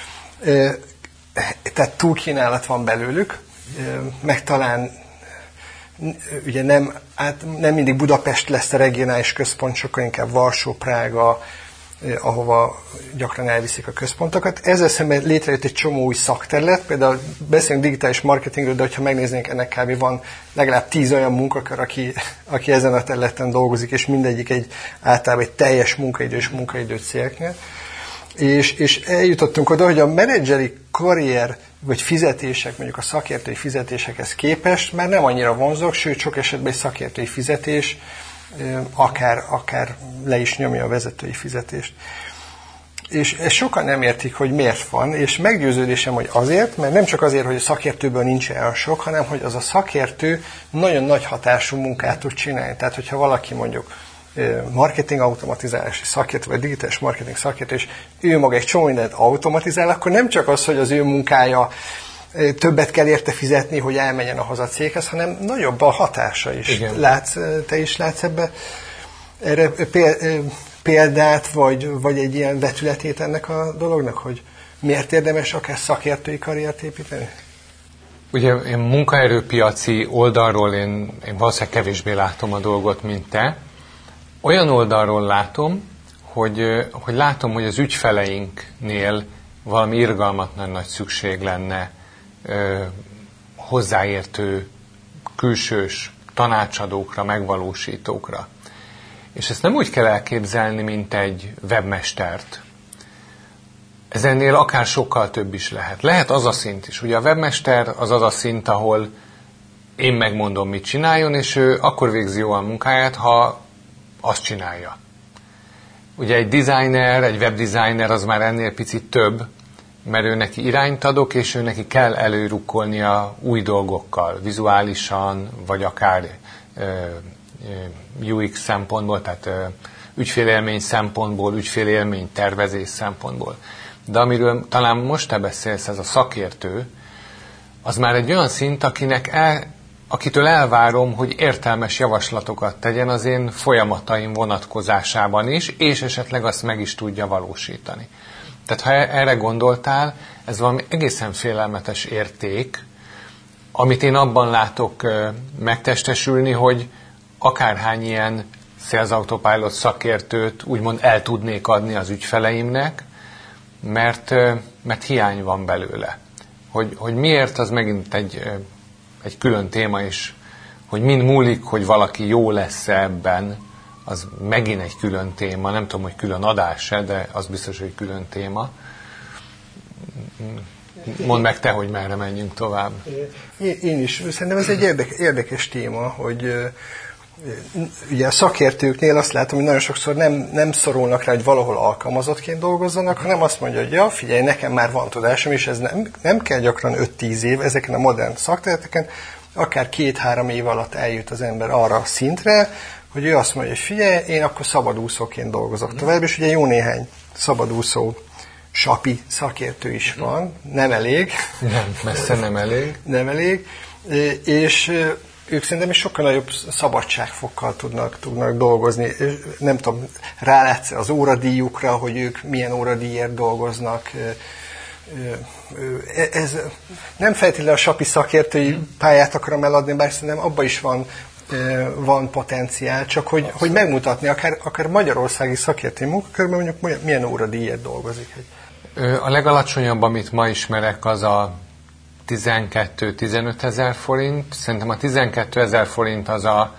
Tehát túlkínálat van belőlük, meg talán ugye nem mindig Budapest lesz a regionális központ, sokkal inkább Varsó, Prága, ahova gyakran elviszik a központokat. Ezzel szemben létrejött egy csomó új szakterület, például beszélünk digitális marketingről, de ha megnéznénk, ennek kb. Van legalább 10 olyan munkakör, aki ezen a területen dolgozik, és mindegyik általában egy teljes munkaidős cégeknél. És eljutottunk oda, hogy a menedzseri karrier vagy fizetések, mondjuk a szakértői fizetésekhez képest már nem annyira vonzók, sőt sok esetben egy szakértői fizetés akár le is nyomja a vezetői fizetést. És ezt sokan nem értik, hogy miért van, és meggyőződésem, hogy azért, mert nem csak azért, hogy a szakértőből nincs olyan sok, hanem hogy az a szakértő nagyon nagy hatású munkát tud csinálni. Tehát, hogyha valaki mondjuk marketing automatizálási szakértő, vagy digitális marketing szakértő, és ő maga egy csomó mindent automatizál, akkor nem csak az, hogy az ő munkája többet kell érte fizetni, hogy elmenjen ahhoz a céghez, hanem nagyobb a hatása is. Igen. Te is látsz erre példát, vagy egy ilyen vetületét ennek a dolognak, hogy miért érdemes akár szakértői karriert építeni? Ugye én munkaerőpiaci oldalról én valószínűleg kevésbé látom a dolgot, mint te. Olyan oldalról látom, hogy látom, hogy az ügyfeleinknél valami irgalmatlan nagy szükség lenne hozzáértő, külsős tanácsadókra, megvalósítókra. És ezt nem úgy kell elképzelni, mint egy webmestert. Ez ennél akár sokkal több is lehet. Lehet az a szint is. Ugye a webmester az a szint, ahol én megmondom, mit csináljon, és ő akkor végzi jól a munkáját, ha azt csinálja. Ugye egy designer, egy webdesigner az már ennél picit több, mert ő neki irányt adok, és ő neki kell előrukkolnia új dolgokkal, vizuálisan, vagy akár UX szempontból, tehát ügyfélélmény szempontból, ügyfélélmény tervezés szempontból. De amiről talán most te beszélsz, ez a szakértő, az már egy olyan szint, akitől elvárom, hogy értelmes javaslatokat tegyen az én folyamataim vonatkozásában is, és esetleg azt meg is tudja valósítani. Tehát ha erre gondoltál, ez valami egészen félelmetes érték, amit én abban látok megtestesülni, hogy akárhány ilyen Sales Autopilot szakértőt úgymond el tudnék adni az ügyfeleimnek, mert hiány van belőle. Hogy miért, az megint egy külön téma is, hogy mind múlik, hogy valaki jó lesz ebben, az megint egy külön téma, nem tudom, hogy külön adás-e, de az biztos, hogy külön téma. Mondd meg te, hogy merre menjünk tovább. Én is. Szerintem ez egy érdekes téma, hogy ugye a szakértőknél azt látom, hogy nagyon sokszor nem szorulnak rá, hogy valahol alkalmazottként dolgozzanak, hanem azt mondja, hogy ja, figyelj, nekem már van tudásom, és ez nem kell gyakran 5-10 év ezeken a modern szakterületeken, akár 2-3 év alatt eljut az ember arra a szintre, hogy ő azt mondja, hogy figyelj, én akkor szabadúszóként dolgozok tovább, és ugye jó néhány szabadúszó sapi szakértő is van, nem elég. Nem, messze nem elég. Nem elég, és ők szerintem is sokkal nagyobb szabadságfokkal tudnak dolgozni. Nem tudom, rálátsz az óradíjukra, hogy ők milyen óradíjért dolgoznak. Ez nem feltétlenül a sapi szakértői pályát akarom eladni, bár szerintem abban is van potenciál, csak hogy megmutatni, akár magyarországi szakértői munkakörben mondjuk milyen óradíjért dolgozik. A legalacsonyabb, amit ma ismerek, az a 12-15 ezer forint. Szerintem a 12 ezer forint az a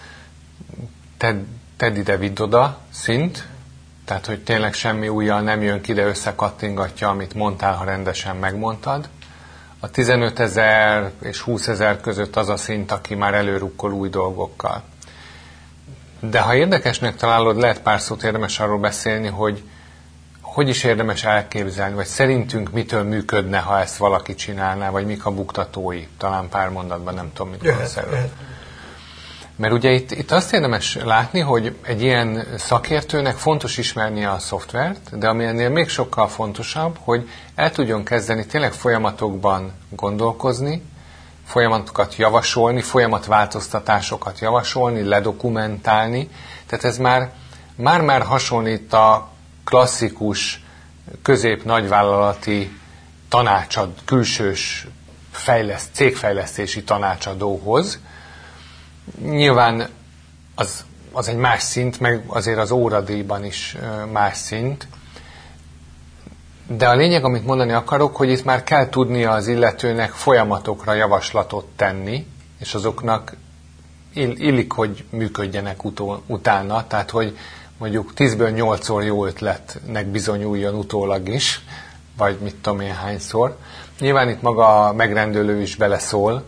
tedd ide, vidd oda szint, tehát hogy tényleg semmi újjal nem jön ki, de összekattingatja, amit mondtál, ha rendesen megmondtad. A 15 ezer és 20 ezer között az a szint, aki már előrukkol új dolgokkal. De ha érdekesnek találod, lehet pár szót érdemes arról beszélni, hogy is érdemes elképzelni, vagy szerintünk mitől működne, ha ezt valaki csinálná, vagy mik a buktatói. Talán pár mondatban, nem tudom, mit gondolsz erről. Mert ugye itt azt érdemes látni, hogy egy ilyen szakértőnek fontos ismernie a szoftvert, de ami ennél még sokkal fontosabb, hogy el tudjon kezdeni tényleg folyamatokban gondolkozni, folyamatokat javasolni, folyamatváltoztatásokat javasolni, ledokumentálni. Tehát ez már hasonlít a klasszikus közép-nagyvállalati külsős cégfejlesztési tanácsadóhoz. Nyilván az egy más szint, meg azért az óradíjban is más szint. De a lényeg, amit mondani akarok, hogy itt már kell tudnia az illetőnek folyamatokra javaslatot tenni, és azoknak illik, hogy működjenek utána, tehát hogy mondjuk 10-ből 8-szor jó ötletnek bizonyuljon utólag is, vagy mit tudom én hányszor. Nyilván itt maga a megrendelő is beleszól,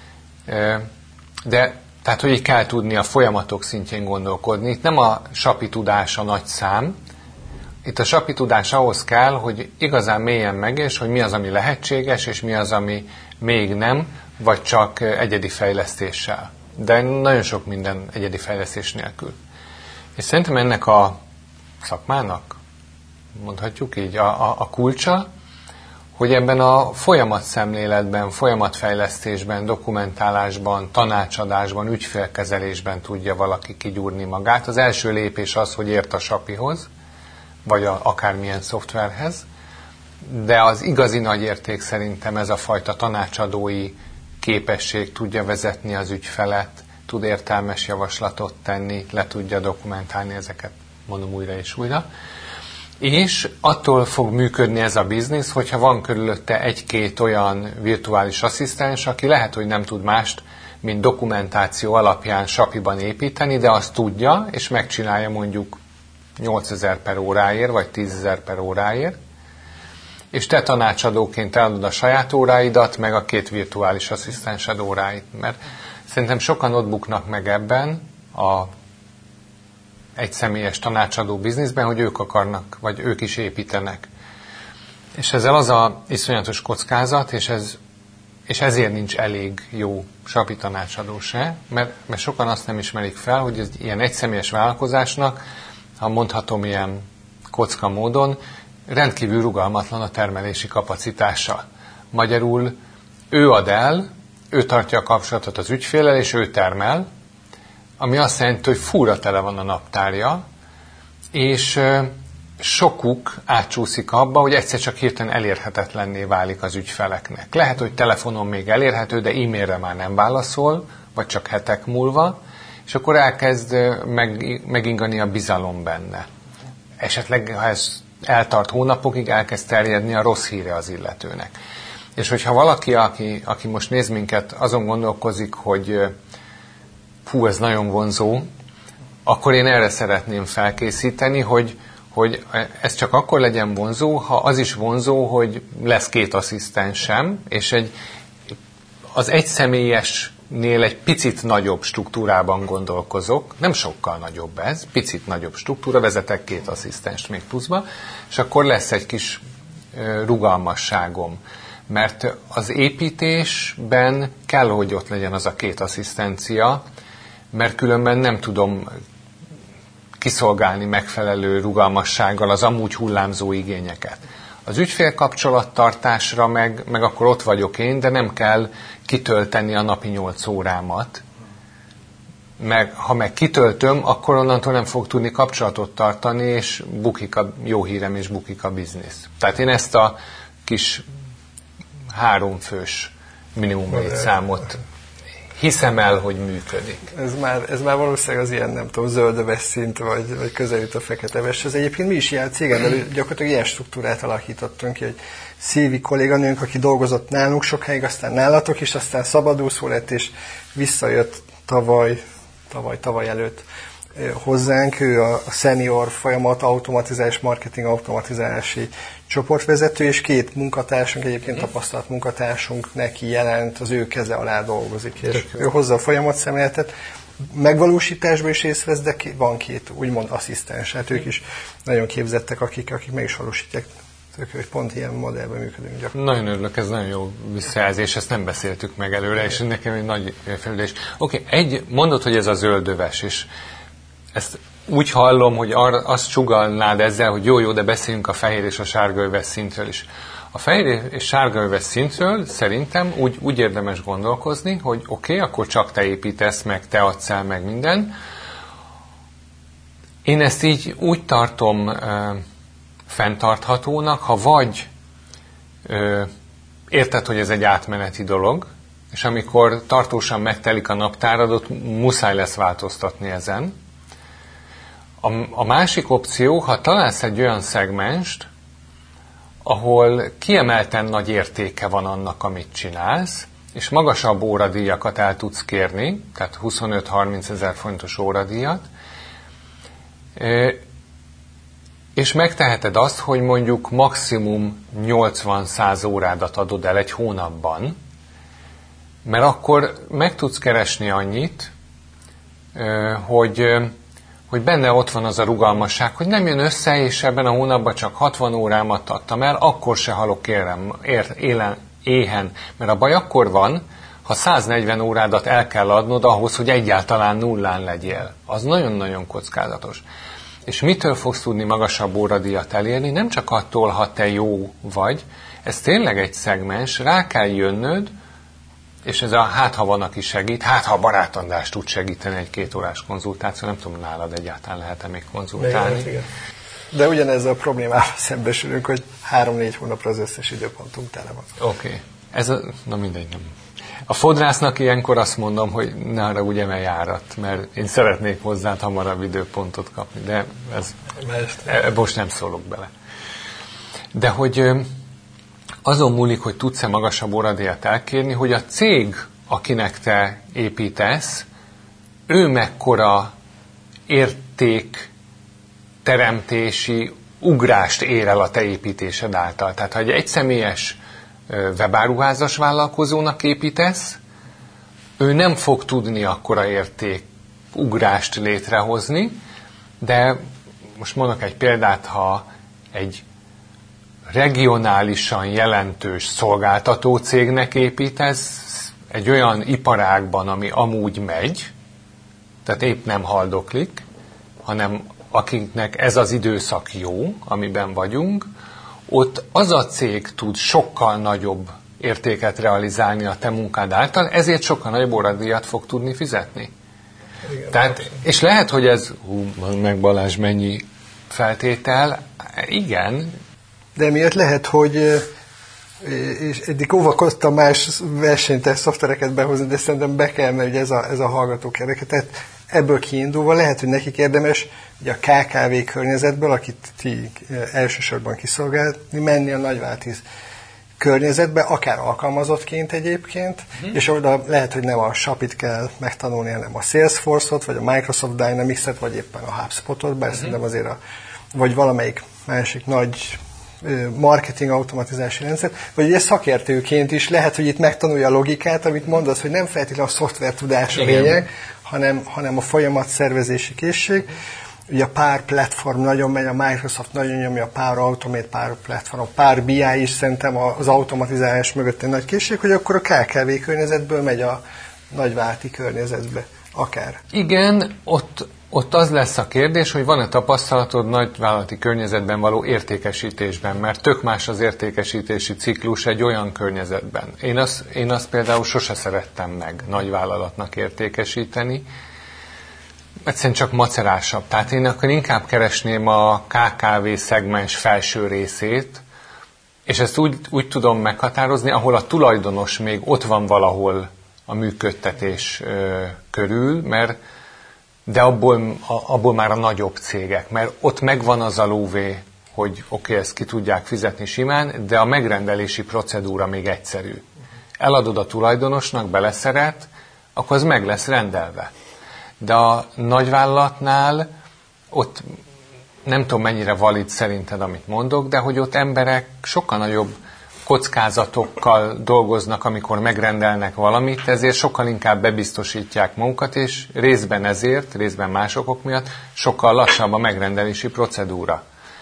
de tehát, hogy így kell tudni a folyamatok szintjén gondolkodni. Itt nem a sapi tudás a nagy szám, itt a sapi tudás ahhoz kell, hogy igazán mélyen megérts, hogy mi az, ami lehetséges, és mi az, ami még nem, vagy csak egyedi fejlesztéssel. De nagyon sok minden egyedi fejlesztés nélkül. És szerintem ennek a szakmának, mondhatjuk így, a kulcsa, hogy ebben a folyamatszemléletben, folyamatfejlesztésben, dokumentálásban, tanácsadásban, ügyfélkezelésben tudja valaki kigyúrni magát. Az első lépés az, hogy ért a sapihoz, vagy akármilyen szoftverhez, de az igazi nagy érték szerintem ez a fajta tanácsadói képesség, tudja vezetni az ügyfelet, tud értelmes javaslatot tenni, le tudja dokumentálni ezeket, mondom újra és újra. És attól fog működni ez a biznisz, hogyha van körülötte egy-két olyan virtuális asszisztens, aki lehet, hogy nem tud mást, mint dokumentáció alapján sapiban építeni, de azt tudja, és megcsinálja mondjuk 8000 per óráért, vagy 10.000 per óráért, és te tanácsadóként eladod a saját óráidat, meg a 2 virtuális asszisztensed óráit. Mert szerintem sokan ott buknak meg ebben a egyszemélyes tanácsadó bizniszben, hogy ők akarnak, vagy ők is építenek. És ezzel az a iszonyatos kockázat, és ezért nincs elég jó sapi tanácsadó se, mert sokan azt nem ismerik fel, hogy ez ilyen egyszemélyes vállalkozásnak, ha mondhatom ilyen kocka módon, rendkívül rugalmatlan a termelési kapacitása. Magyarul ő ad el, ő tartja a kapcsolatot az ügyféllel, és ő termel, ami azt jelenti, hogy fúra tele van a naptárja, és sokuk átcsúszik abba, hogy egyszer csak hirtelen elérhetetlenné válik az ügyfeleknek. Lehet, hogy telefonon még elérhető, de e-mailre már nem válaszol, vagy csak hetek múlva, és akkor elkezd megingani a bizalom benne. Esetleg, ha ez eltart hónapokig, elkezd terjedni a rossz híre az illetőnek. És hogyha valaki, aki most néz minket, azon gondolkozik, hogy hú, ez nagyon vonzó, akkor én erre szeretném felkészíteni, hogy ez csak akkor legyen vonzó, ha az is vonzó, hogy lesz 2 asszisztensem, és az egyszemélyesnél egy picit nagyobb struktúrában gondolkozok, nem sokkal nagyobb ez, picit nagyobb struktúra, vezetek 2 asszisztenst még pluszba, és akkor lesz egy kis rugalmasságom. Mert az építésben kell, hogy ott legyen az a 2 asszisztencia, mert különben nem tudom kiszolgálni megfelelő rugalmassággal az amúgy hullámzó igényeket. Az ügyfélkapcsolattartásra meg akkor ott vagyok én, de nem kell kitölteni a napi 8 órámat. Ha meg kitöltöm, akkor onnantól nem fog tudni kapcsolatot tartani, és bukik a jó hírem, és bukik a biznisz. Tehát én ezt a kis 3 fős minimum létszámot hiszem el, hogy működik. Ez már valószínűleg az ilyen, nem tudom, zöldöves szint, vagy közelít a feketeveshez. Egyébként mi is ilyen cégen belül gyakorlatilag ilyen struktúrát alakítottunk ki, hogy Szívi kolléganőnk, aki dolgozott nálunk sokáig, aztán nálatok is, aztán szabadúszó lett, és visszajött tavaly előtt hozzánk. Ő a senior folyamat automatizálás, marketing automatizálási csoportvezető, és 2 munkatársunk, egyébként tapasztalt munkatársunk neki jelent, az ő keze alá dolgozik, és ő hozza a folyamatszemléletet, megvalósításban is részt vesz, de van 2 úgymond asszisztens, hát ők is nagyon képzettek, akik meg is valósítják hogy pont ilyen modellben működünk gyakran. Nagyon örülök, ez nagyon jó visszajelzés, ezt nem beszéltük meg előre, és nekem egy nagy felülés. Oké, mondod, hogy ez a zöldöves, és ezt úgy hallom, hogy azt csugalnád ezzel, hogy jó, de beszéljünk a fehér és a sárgaöves szintről is. A fehér és sárgaöves szintről szerintem úgy érdemes gondolkozni, hogy oké, akkor csak te építesz, meg te adsz el, meg minden. Én ezt így úgy tartom fenntarthatónak, ha vagy érted, hogy ez egy átmeneti dolog, és amikor tartósan megtelik a naptáradot, muszáj lesz változtatni ezen. A másik opció, ha találsz egy olyan szegmenst, ahol kiemelten nagy értéke van annak, amit csinálsz, és magasabb óradíjakat el tudsz kérni, tehát 25-30 ezer forintos óradíjat, és megteheted azt, hogy mondjuk maximum 80-100 órádat adod el egy hónapban, mert akkor meg tudsz keresni annyit, hogy benne ott van az a rugalmasság, hogy nem jön össze, és ebben a hónapban csak 60 órámat adtam el, akkor se halok éhen. Mert a baj akkor van, ha 140 órádat el kell adnod ahhoz, hogy egyáltalán nullán legyél. Az nagyon-nagyon kockázatos. És mitől fogsz tudni magasabb óradíjat elérni? Nem csak attól, ha te jó vagy, ez tényleg egy szegmens, rá kell jönnöd, és ez ha van, aki segít, ha a Barátandrás tud segíteni egy 2 órás konzultáció, nem tudom, nálad egyáltalán lehet-e még konzultálni. Igen. De ugyanezzel a problémával szembesülünk, hogy 3-4 hónapra az összes időpontunk tele van. Oké. Na mindegy, nem. A fodrásznak ilyenkor azt mondom, hogy ne arra úgy emelj árat, mert én szeretnék hozzád hamarabb időpontot kapni, de most nem szólok bele. De hogy azon múlik, hogy tudsz-e magasabb óradíjat elkérni, hogy a cég, akinek te építesz, ő mekkora értékteremtési ugrást ér el a te építésed által. Tehát, ha egy egyszemélyes webáruházas vállalkozónak építesz, ő nem fog tudni akkora értékugrást létrehozni, de most mondok egy példát, ha egy regionálisan jelentős szolgáltató cégnek építesz, egy olyan iparágban, ami amúgy megy, tehát épp nem haldoklik, hanem akiknek ez az időszak jó, amiben vagyunk, ott az a cég tud sokkal nagyobb értéket realizálni a te munkád által, ezért sokkal nagyobb óradíjat fog tudni fizetni. Igen, tehát, és lehet, hogy ez, meg Balázs, mennyi feltétel, igen. De miért lehet, hogy és eddig óvakoztam más versenytest szoftvereket behozni, de szerintem be kell, mert ugye ez a hallgatók érdeke. Tehát ebből kiindulva lehet, hogy nekik érdemes ugye a KKV környezetből, akit ti elsősorban kiszolgálni, menni a nagyvállalati környezetbe, akár alkalmazottként egyébként, és oda lehet, hogy nem a Shopit kell megtanulni, hanem a Salesforce-ot, vagy a Microsoft Dynamics-et, vagy éppen a HubSpot-ot, bár szerintem azért vagy valamelyik másik nagy marketing automatizási rendszer, vagy ugye szakértőként is lehet, hogy itt megtanulja a logikát, amit mondasz, hogy nem feltétlenül a szoftvertudás a lényeg, hanem a folyamatszervezési készség. Ugye a Power Platform nagyon megy, a Microsoft nagyon nyomja, a Power Automate, Power Platform, a Power BI is szerintem az automatizálás mögött egy nagy készség, hogy akkor a KKV környezetből megy a nagyvállalati környezetbe, akár. Igen, ott az lesz a kérdés, hogy van-e tapasztalatod nagyvállalati környezetben való értékesítésben, mert tök más az értékesítési ciklus egy olyan környezetben. Én azt például sose szerettem meg nagyvállalatnak értékesíteni, egyszerűen csak macerásabb. Tehát én akkor inkább keresném a KKV szegmens felső részét, és ezt úgy tudom meghatározni, ahol a tulajdonos még ott van valahol a működtetés körül, de abból már a nagyobb cégek, mert ott megvan az a lóvé, hogy oké, ezt ki tudják fizetni simán, de a megrendelési procedúra még egyszerű. Eladod a tulajdonosnak, beleszeret, akkor az meg lesz rendelve. De a nagyvállalatnál ott nem tudom mennyire valid szerinted, amit mondok, de hogy ott emberek sokkal nagyobb kockázatokkal dolgoznak, amikor megrendelnek valamit, ezért sokkal inkább bebiztosítják magukat, és részben ezért, részben más okok miatt sokkal lassabb a megrendelési procedúra.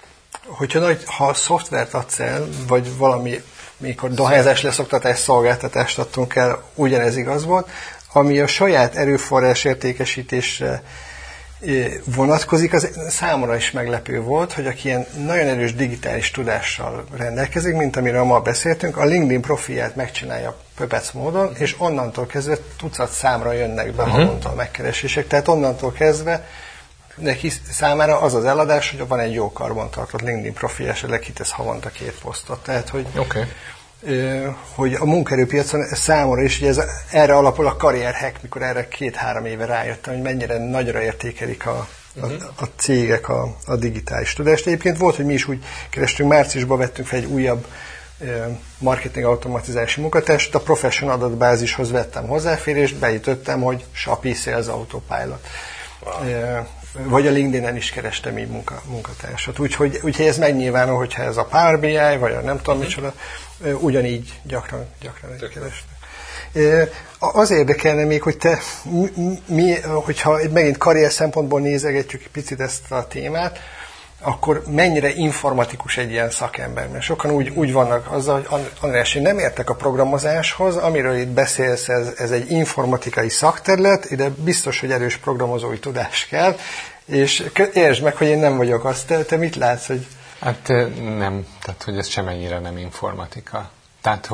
ha szoftvert adsz el, vagy valami, mikor dohányzás leszoktatás szolgáltatást adtunk el, ugyanez igaz volt, ami a saját erőforrás értékesítésre vonatkozik, az számomra is meglepő volt, hogy aki ilyen nagyon erős digitális tudással rendelkezik, mint amiről ma beszéltünk, a LinkedIn profilját megcsinálja pöpec módon, és onnantól kezdve tucat számra jönnek be havonta a megkeresések. Tehát onnantól kezdve neki számára az az eladás, hogy van egy jó karbantartott LinkedIn profilja, és lekitesz havonta 2 posztot. Tehát, hogy a munkaerőpiacon számomra is, hogy erre alapul a karrierhack, mikor erre 2-3 éve rájöttem, hogy mennyire nagyra értékelik a cégek a digitális tudást. Egyébként volt, hogy mi is úgy kerestünk, márciusban vettünk fel egy újabb marketing automatizálási munkatársat, a Profession adatbázishoz vettem hozzáférést, beütöttem, hogy Shopee Sales Autopilot. Wow. Vagy a LinkedIn-en is kerestem így munkatársat. Úgyhogy ez megnyilvánul, hogyha ez a Power BI, vagy a nem tudom micsoda, ugyanígy gyakran keresnek. Az érdekelne még, hogy te, hogyha megint karrier szempontból nézegetjük egy picit ezt a témát, akkor mennyire informatikus egy ilyen szakember? Mert sokan úgy vannak azzal, hogy András, én nem értek a programozáshoz, amiről itt beszélsz, ez egy informatikai szakterület, ide biztos, hogy erős programozói tudás kell, és értsd meg, hogy én nem vagyok az. Te mit látsz, hogy... Hát nem, tehát hogy ez semennyire nem informatika. Tehát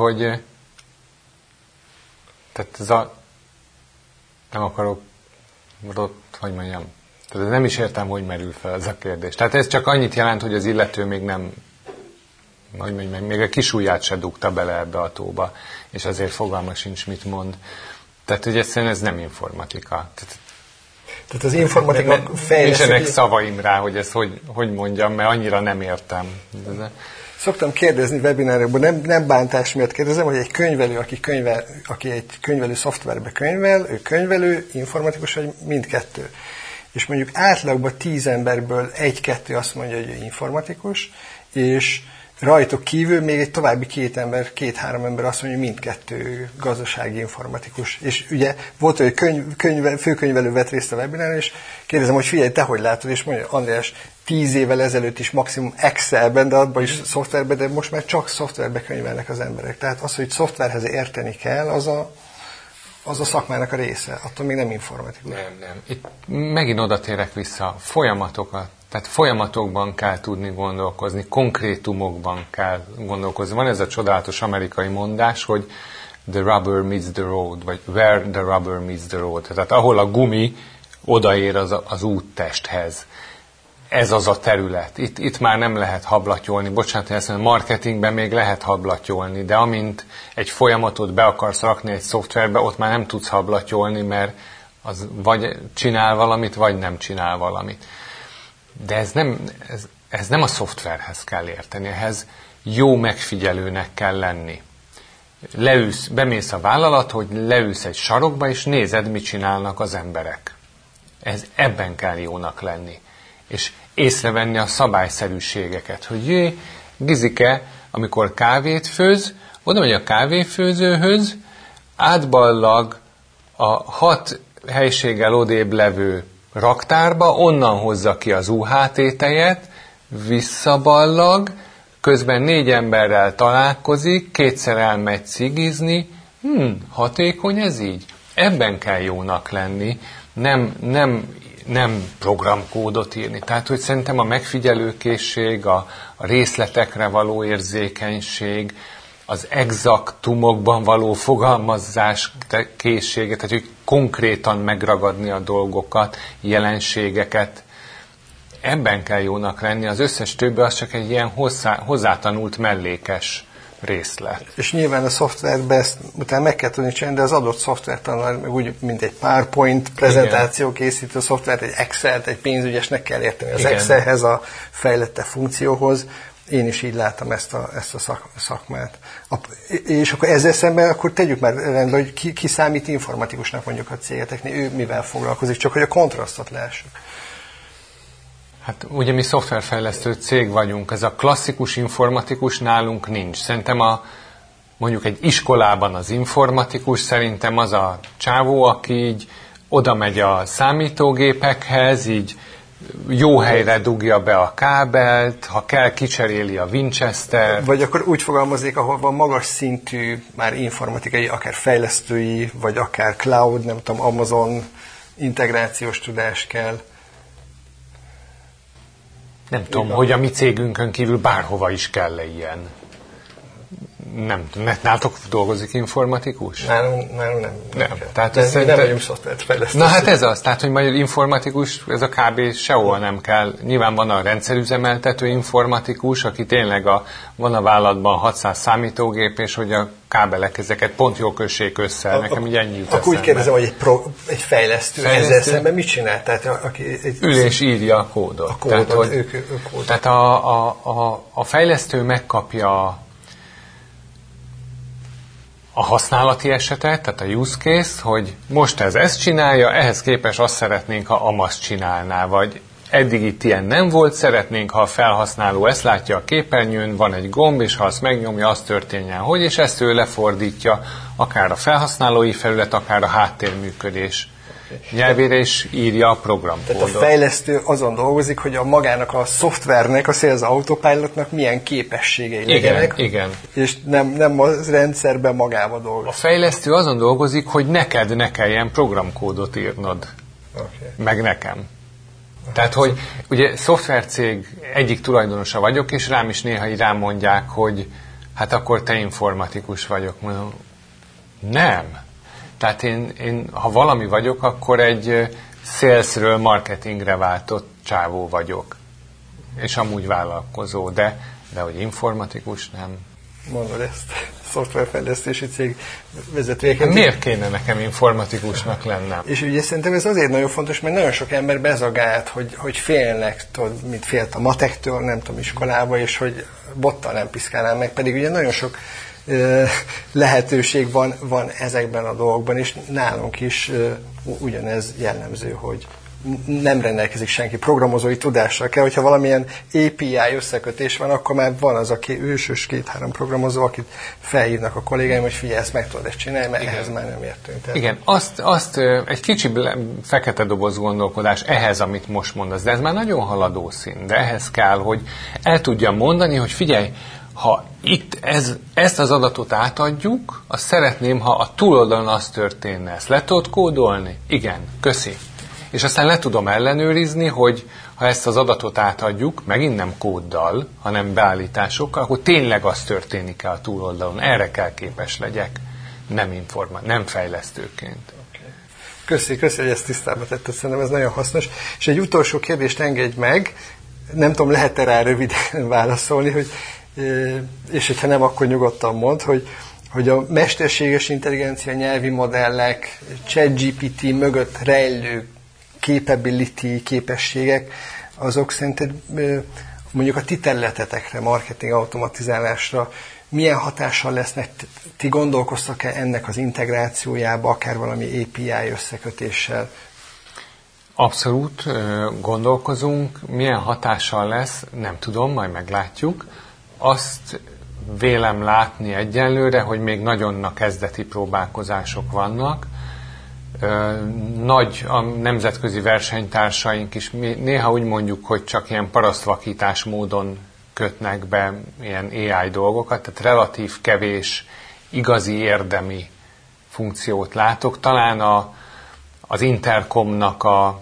ez nem akarok hogy mondjam, tehát nem is értem, hogy merül fel ez a kérdés. Tehát ez csak annyit jelent, hogy az illető még nem, még a kisujját se dugta bele ebbe a tóba, és azért fogalma sincs, mit mond. Tehát, hogy egyszerűen ez nem informatika. Tehát az informatika fejlesztő... Nincsenek szavaim rá, hogy ezt hogy mondjam, mert annyira nem értem. Szoktam kérdezni webinárokban, nem bántás miatt kérdezem, hogy egy könyvelő, aki egy könyvelő szoftverbe könyvel, ő könyvelő, informatikus, vagy mindkettő. És mondjuk átlagban 10 emberből 1-2 azt mondja, hogy ő informatikus, és rajtuk kívül még egy további 2-3 ember azt mondja, hogy mindkettő gazdasági informatikus. És ugye volt, hogy főkönyvelő vett részt a webináron, és kérdezem, hogy figyelj, te hogy látod, és mondja, András, 10 évvel ezelőtt is maximum Excelben, de abban is szoftverben, de most már csak szoftverbe könyvelnek az emberek. Tehát az, hogy szoftverhez érteni kell, az a szakmának a része, attól még nem informatikus. Nem. Itt megint oda térek vissza, folyamatokat, tehát folyamatokban kell tudni gondolkozni, konkrétumokban kell gondolkozni. Van ez a csodálatos amerikai mondás, hogy the rubber meets the road, vagy where the rubber meets the road. Tehát ahol a gumi odaér az úttesthez. Ez az a terület. Itt már nem lehet hablatyolni. Bocsánat, hogy ezt mondom, marketingben még lehet hablatyolni, de amint egy folyamatot be akarsz rakni egy szoftverbe, ott már nem tudsz hablatyolni, mert az vagy csinál valamit, vagy nem csinál valamit. De ez nem a szoftverhez kell érteni, ehhez jó megfigyelőnek kell lenni. Bemész a vállalat, hogy leülsz egy sarokba, és nézed, mit csinálnak az emberek. Ebben kell jónak lenni. És észrevenni a szabályszerűségeket, hogy Gizike, amikor kávét főz, oda megy a kávéfőzőhöz, átballag a 6 helységgel odébb levő raktárba, onnan hozza ki az UHT-tejet, visszaballag, közben 4 emberrel találkozik, 2-szer elmegy cigizni, hatékony ez így? Ebben kell jónak lenni, nem programkódot írni. Tehát, hogy szerintem a megfigyelőkészség, a részletekre való érzékenység, az exaktumokban való fogalmazás készsége, tehát, hogy konkrétan megragadni a dolgokat, jelenségeket, ebben kell jónak lenni. Az összes többi az csak egy ilyen hozzátanult mellékes részlet. És nyilván a szoftverben ezt utána meg kell tudni csinálni, de az adott szoftvertanul, meg úgy, mint egy PowerPoint prezentáció készítő szoftvert, egy Excel-t, egy pénzügyesnek kell érteni az Excelhez, a fejlette funkcióhoz. Én is így látom ezt a szakmát. És akkor ezzel szemben akkor tegyük már rendben, hogy ki számít informatikusnak mondjuk a cégeteknél, ő mivel foglalkozik, csak hogy a kontrasztot lássuk. Hát ugye mi szoftverfejlesztő cég vagyunk, ez a klasszikus informatikus nálunk nincs. Szerintem mondjuk egy iskolában az informatikus szerintem az a csávó, aki így oda megy a számítógépekhez, így jó helyre dugja be a kábelt, ha kell, kicseréli a Winchester. Vagy akkor úgy fogalmazik, ahol van magas szintű, már informatikai, akár fejlesztői, vagy akár cloud, nem tudom, Amazon integrációs tudás kell. Nem tudom, hogy a mi cégünkön kívül bárhova is kell ilyen. Nem, nálatok dolgozik informatikus? Nálunk nem. Tehát nem vagyunk szoftvert fejlesztő. Na hát ez az, tehát, hogy magyar informatikus, ez a kb. Sehol nem kell. Nyilván van a rendszerüzemeltető informatikus, aki tényleg van a vállalatban 600 számítógép, és hogy a kábelek ezeket pont jól kössék össze. Nekem így ennyi jut Akkor úgy kérdezem, hogy egy fejlesztő ezzel szemben mit csinál? Tehát, ül és írja a kódot. A kódot, tehát, ők kódot. Tehát a fejlesztő megkapja a használati esetet, tehát a use case, hogy most ez ezt csinálja, ehhez képest azt szeretnénk, ha amazt csinálná, vagy eddig itt ilyen nem volt, szeretnénk, ha a felhasználó ezt látja a képernyőn, van egy gomb, és ha azt megnyomja, az történjen, hogy, és ezt ő lefordítja akár a felhasználói felület, akár a háttérműködés nyelvére is írja a programkódot. Tehát a fejlesztő azon dolgozik, hogy a magának a szoftvernek, a Sales Autopilotnak milyen képességei legyenek. Igen. És nem a rendszerben magába dolgozik. A fejlesztő azon dolgozik, hogy neked ne kelljen programkódot írnod. Meg nekem. Tehát, hogy ugye szoftvercég egyik tulajdonosa vagyok, és rám is néha így rám mondják, hogy hát akkor te informatikus vagyok. Mondom, nem. Tehát én, ha valami vagyok, akkor egy salesről marketingre váltott csávó vagyok. És amúgy vállalkozó, de hogy informatikus, nem. Mondod ezt, szoftverfejlesztési cég vezetőjeként. Miért kéne nekem informatikusnak lennem? És ugye szerintem ez azért nagyon fontos, mert nagyon sok ember bezagált, hogy félnek, tudod, mint félt a matektől, nem tudom, iskolába, és hogy bottal nem piszkálnám meg, pedig ugye nagyon sok lehetőség van ezekben a dolgokban, és nálunk is ugyanez jellemző, hogy nem rendelkezik senki programozói tudással kell, hogyha valamilyen API összekötés van, akkor már van az, aki ősös 2-3 programozó, akit felhívnak a kollégáim, hogy figyelj, ezt meg tudod ezt csinálni, mert ehhez már nem értünk. Tehát... Igen, azt egy kicsi fekete doboz gondolkodás ehhez, amit most mondasz, de ez már nagyon haladó szín, de ehhez kell, hogy el tudjam mondani, hogy figyelj, ha itt ezt az adatot átadjuk, azt szeretném, ha a túloldalon az történne. Ezt le tudod kódolni? Igen, köszi. És aztán le tudom ellenőrizni, hogy ha ezt az adatot átadjuk, megint nem kóddal, hanem beállításokkal, akkor tényleg az történik-e a túloldalon. Erre kell képes legyek, nem fejlesztőként. Köszi, hogy ezt tisztába tetted, szerintem ez nagyon hasznos. És egy utolsó kérdést engedj meg, nem tudom, lehet-e rá röviden válaszolni, hogy és hogyha nem, akkor nyugodtan mondd, hogy a mesterséges intelligencia nyelvi modellek, ChatGPT mögött rejlő capability, képességek, azok szerinted mondjuk a ti területetekre, marketing automatizálásra milyen hatással lesznek? Ti gondolkoztak-e ennek az integrációjába, akár valami API összekötéssel? Abszolút gondolkozunk. Milyen hatással lesz, nem tudom, majd meglátjuk. Azt vélem látni egyenlőre, hogy még nagyon a kezdeti próbálkozások vannak. Nagy a nemzetközi versenytársaink is, néha úgy mondjuk, hogy csak ilyen parasztvakítás módon kötnek be ilyen AI dolgokat, tehát relatív kevés igazi érdemi funkciót látok. Talán az Intercomnak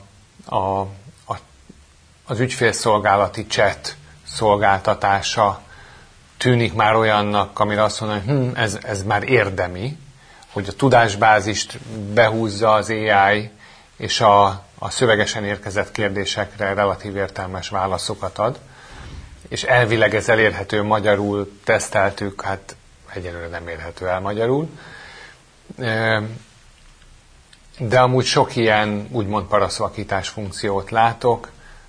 az ügyfélszolgálati chat szolgáltatása tűnik már olyannak, amire azt mondom, hogy ez már érdemi, hogy a tudásbázist behúzza az AI, és a szövegesen érkezett kérdésekre relatív értelmes válaszokat ad, és elvileg ez elérhető magyarul, teszteltük, hát egyelőre nem érhető el magyarul. De amúgy sok ilyen úgymond parasztvakítás funkciót látok.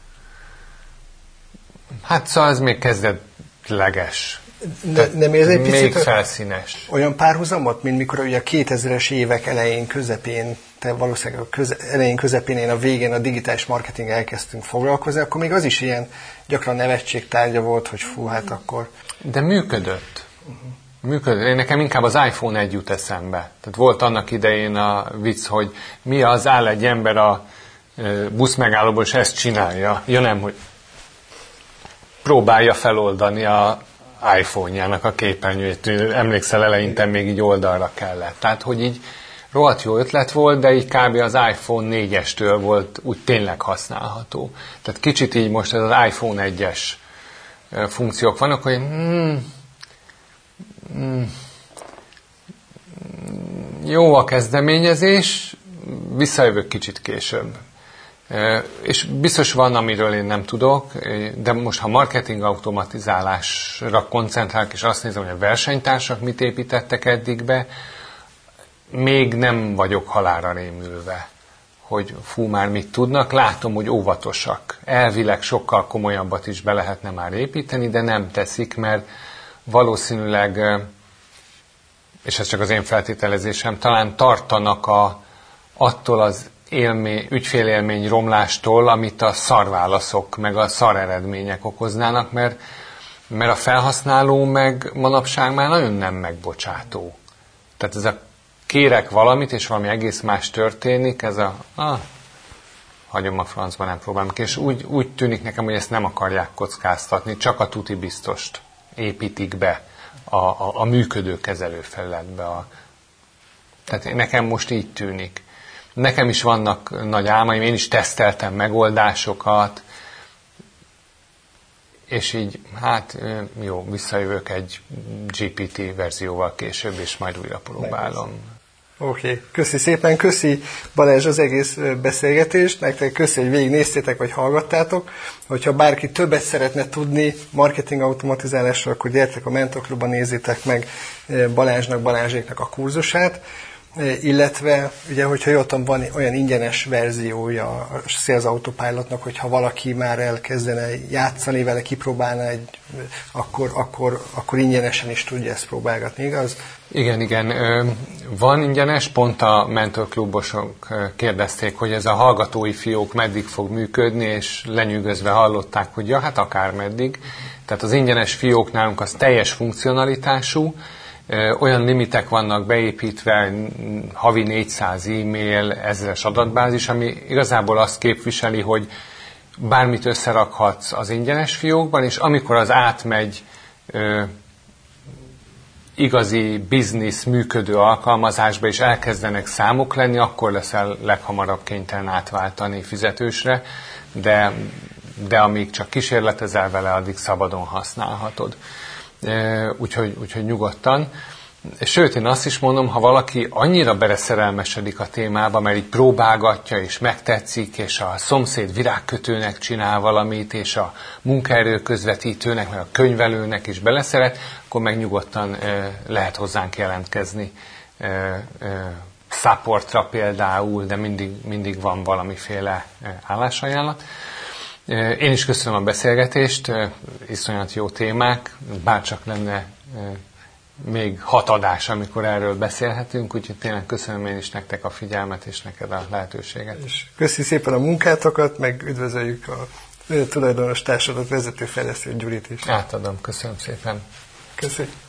Hát szóval ez még kezdetleges. Nem érz egy picit még felszínes. Olyan párhuzamot, mint mikor ugye a 2000-es évek elején, közepén, te valószínűleg elején, közepén, én a végén a digitális marketing elkezdtünk foglalkozni, akkor még az is ilyen gyakran nevetségtárgya volt, hogy fú, hát akkor... De működött. Működött. Én nekem inkább az iPhone 1 jut eszembe. Tehát volt annak idején a vicc, hogy mi az, áll egy ember a buszmegállóból, és ezt csinálja. Ja nem, hogy próbálja feloldani a iPhone-jának a képernyőjét. Emlékszel, eleinte még így oldalra kellett. Tehát, hogy így rohadt jó ötlet volt, de így kb. Az iPhone 4-estől volt úgy tényleg használható. Tehát kicsit így most ez az iPhone 1-es funkciók vannak, hogy jó a kezdeményezés, visszajövök kicsit később. És biztos van, amiről én nem tudok, de most ha marketing automatizálásra koncentrálok, és azt nézem, hogy a versenytársak mit építettek eddig be, még nem vagyok halálra rémülve, hogy fú, már mit tudnak. Látom, hogy óvatosak. Elvileg sokkal komolyabbat is be lehetne már építeni, de nem teszik, mert valószínűleg, és ez csak az én feltételezésem, talán tartanak attól az ügyfélélmény romlástól, amit a szarválaszok, meg a szareredmények okoznának, mert a felhasználó meg manapság már nagyon nem megbocsátó. Tehát ez a kérek valamit, és valami egész más történik, ez hagyom a francba, nem próbálom ki, és úgy tűnik nekem, hogy ezt nem akarják kockáztatni, csak a tuti biztost építik be a működő kezelőfelületbe. Tehát nekem most így tűnik. Nekem is vannak nagy álmaim, én is teszteltem megoldásokat, és így, hát jó, visszajövök egy GPT verzióval később, és majd újra próbálom. Oké. Köszi szépen, köszi Balázs az egész beszélgetést, nektek köszi, hogy végignéztétek, vagy hallgattátok. Hogyha bárki többet szeretne tudni marketing automatizálásról, akkor gyertek a Mentorklubban, nézzétek meg Balázséknak a kurzusát, illetve, ugye, hogyha jól tudom, van olyan ingyenes verziója a Sales Autopilotnak, hogyha valaki már elkezdene játszani vele, kipróbálna akkor ingyenesen is tudja ezt próbálgatni, igaz? Igen. Van ingyenes, pont a mentorklubosok kérdezték, hogy ez a hallgatói fiók meddig fog működni, és lenyűgözve hallották, hogy ja, hát akár meddig. Tehát az ingyenes fiók nálunk az teljes funkcionalitású, olyan limitek vannak beépítve, havi 400 e-mail, 1000-es adatbázis, ami igazából azt képviseli, hogy bármit összerakhatsz az ingyenes fiókban, és amikor az átmegy igazi biznisz működő alkalmazásba, és elkezdenek számok lenni, akkor leszel leghamarabb kénytelen átváltani fizetősre, de amíg csak kísérletezel vele, addig szabadon használhatod. Úgyhogy nyugodtan. Sőt, én azt is mondom, ha valaki annyira beleszerelmesedik a témába, mert így próbálgatja, és megtetszik, és a szomszéd virágkötőnek csinál valamit, és a munkaerő közvetítőnek, meg a könyvelőnek is beleszeret, akkor meg nyugodtan lehet hozzánk jelentkezni supportra például, de mindig van valamiféle állásajánlat. Én is köszönöm a beszélgetést, iszonyat jó témák, bárcsak lenne még 6 adás, amikor erről beszélhetünk, úgyhogy tényleg köszönöm én is nektek a figyelmet, és neked a lehetőséget. És köszi szépen a munkátokat, meg üdvözöljük a tulajdonos társadat vezető fejlesztő Gyurit is. Átadom, köszönöm szépen. Köszönjük.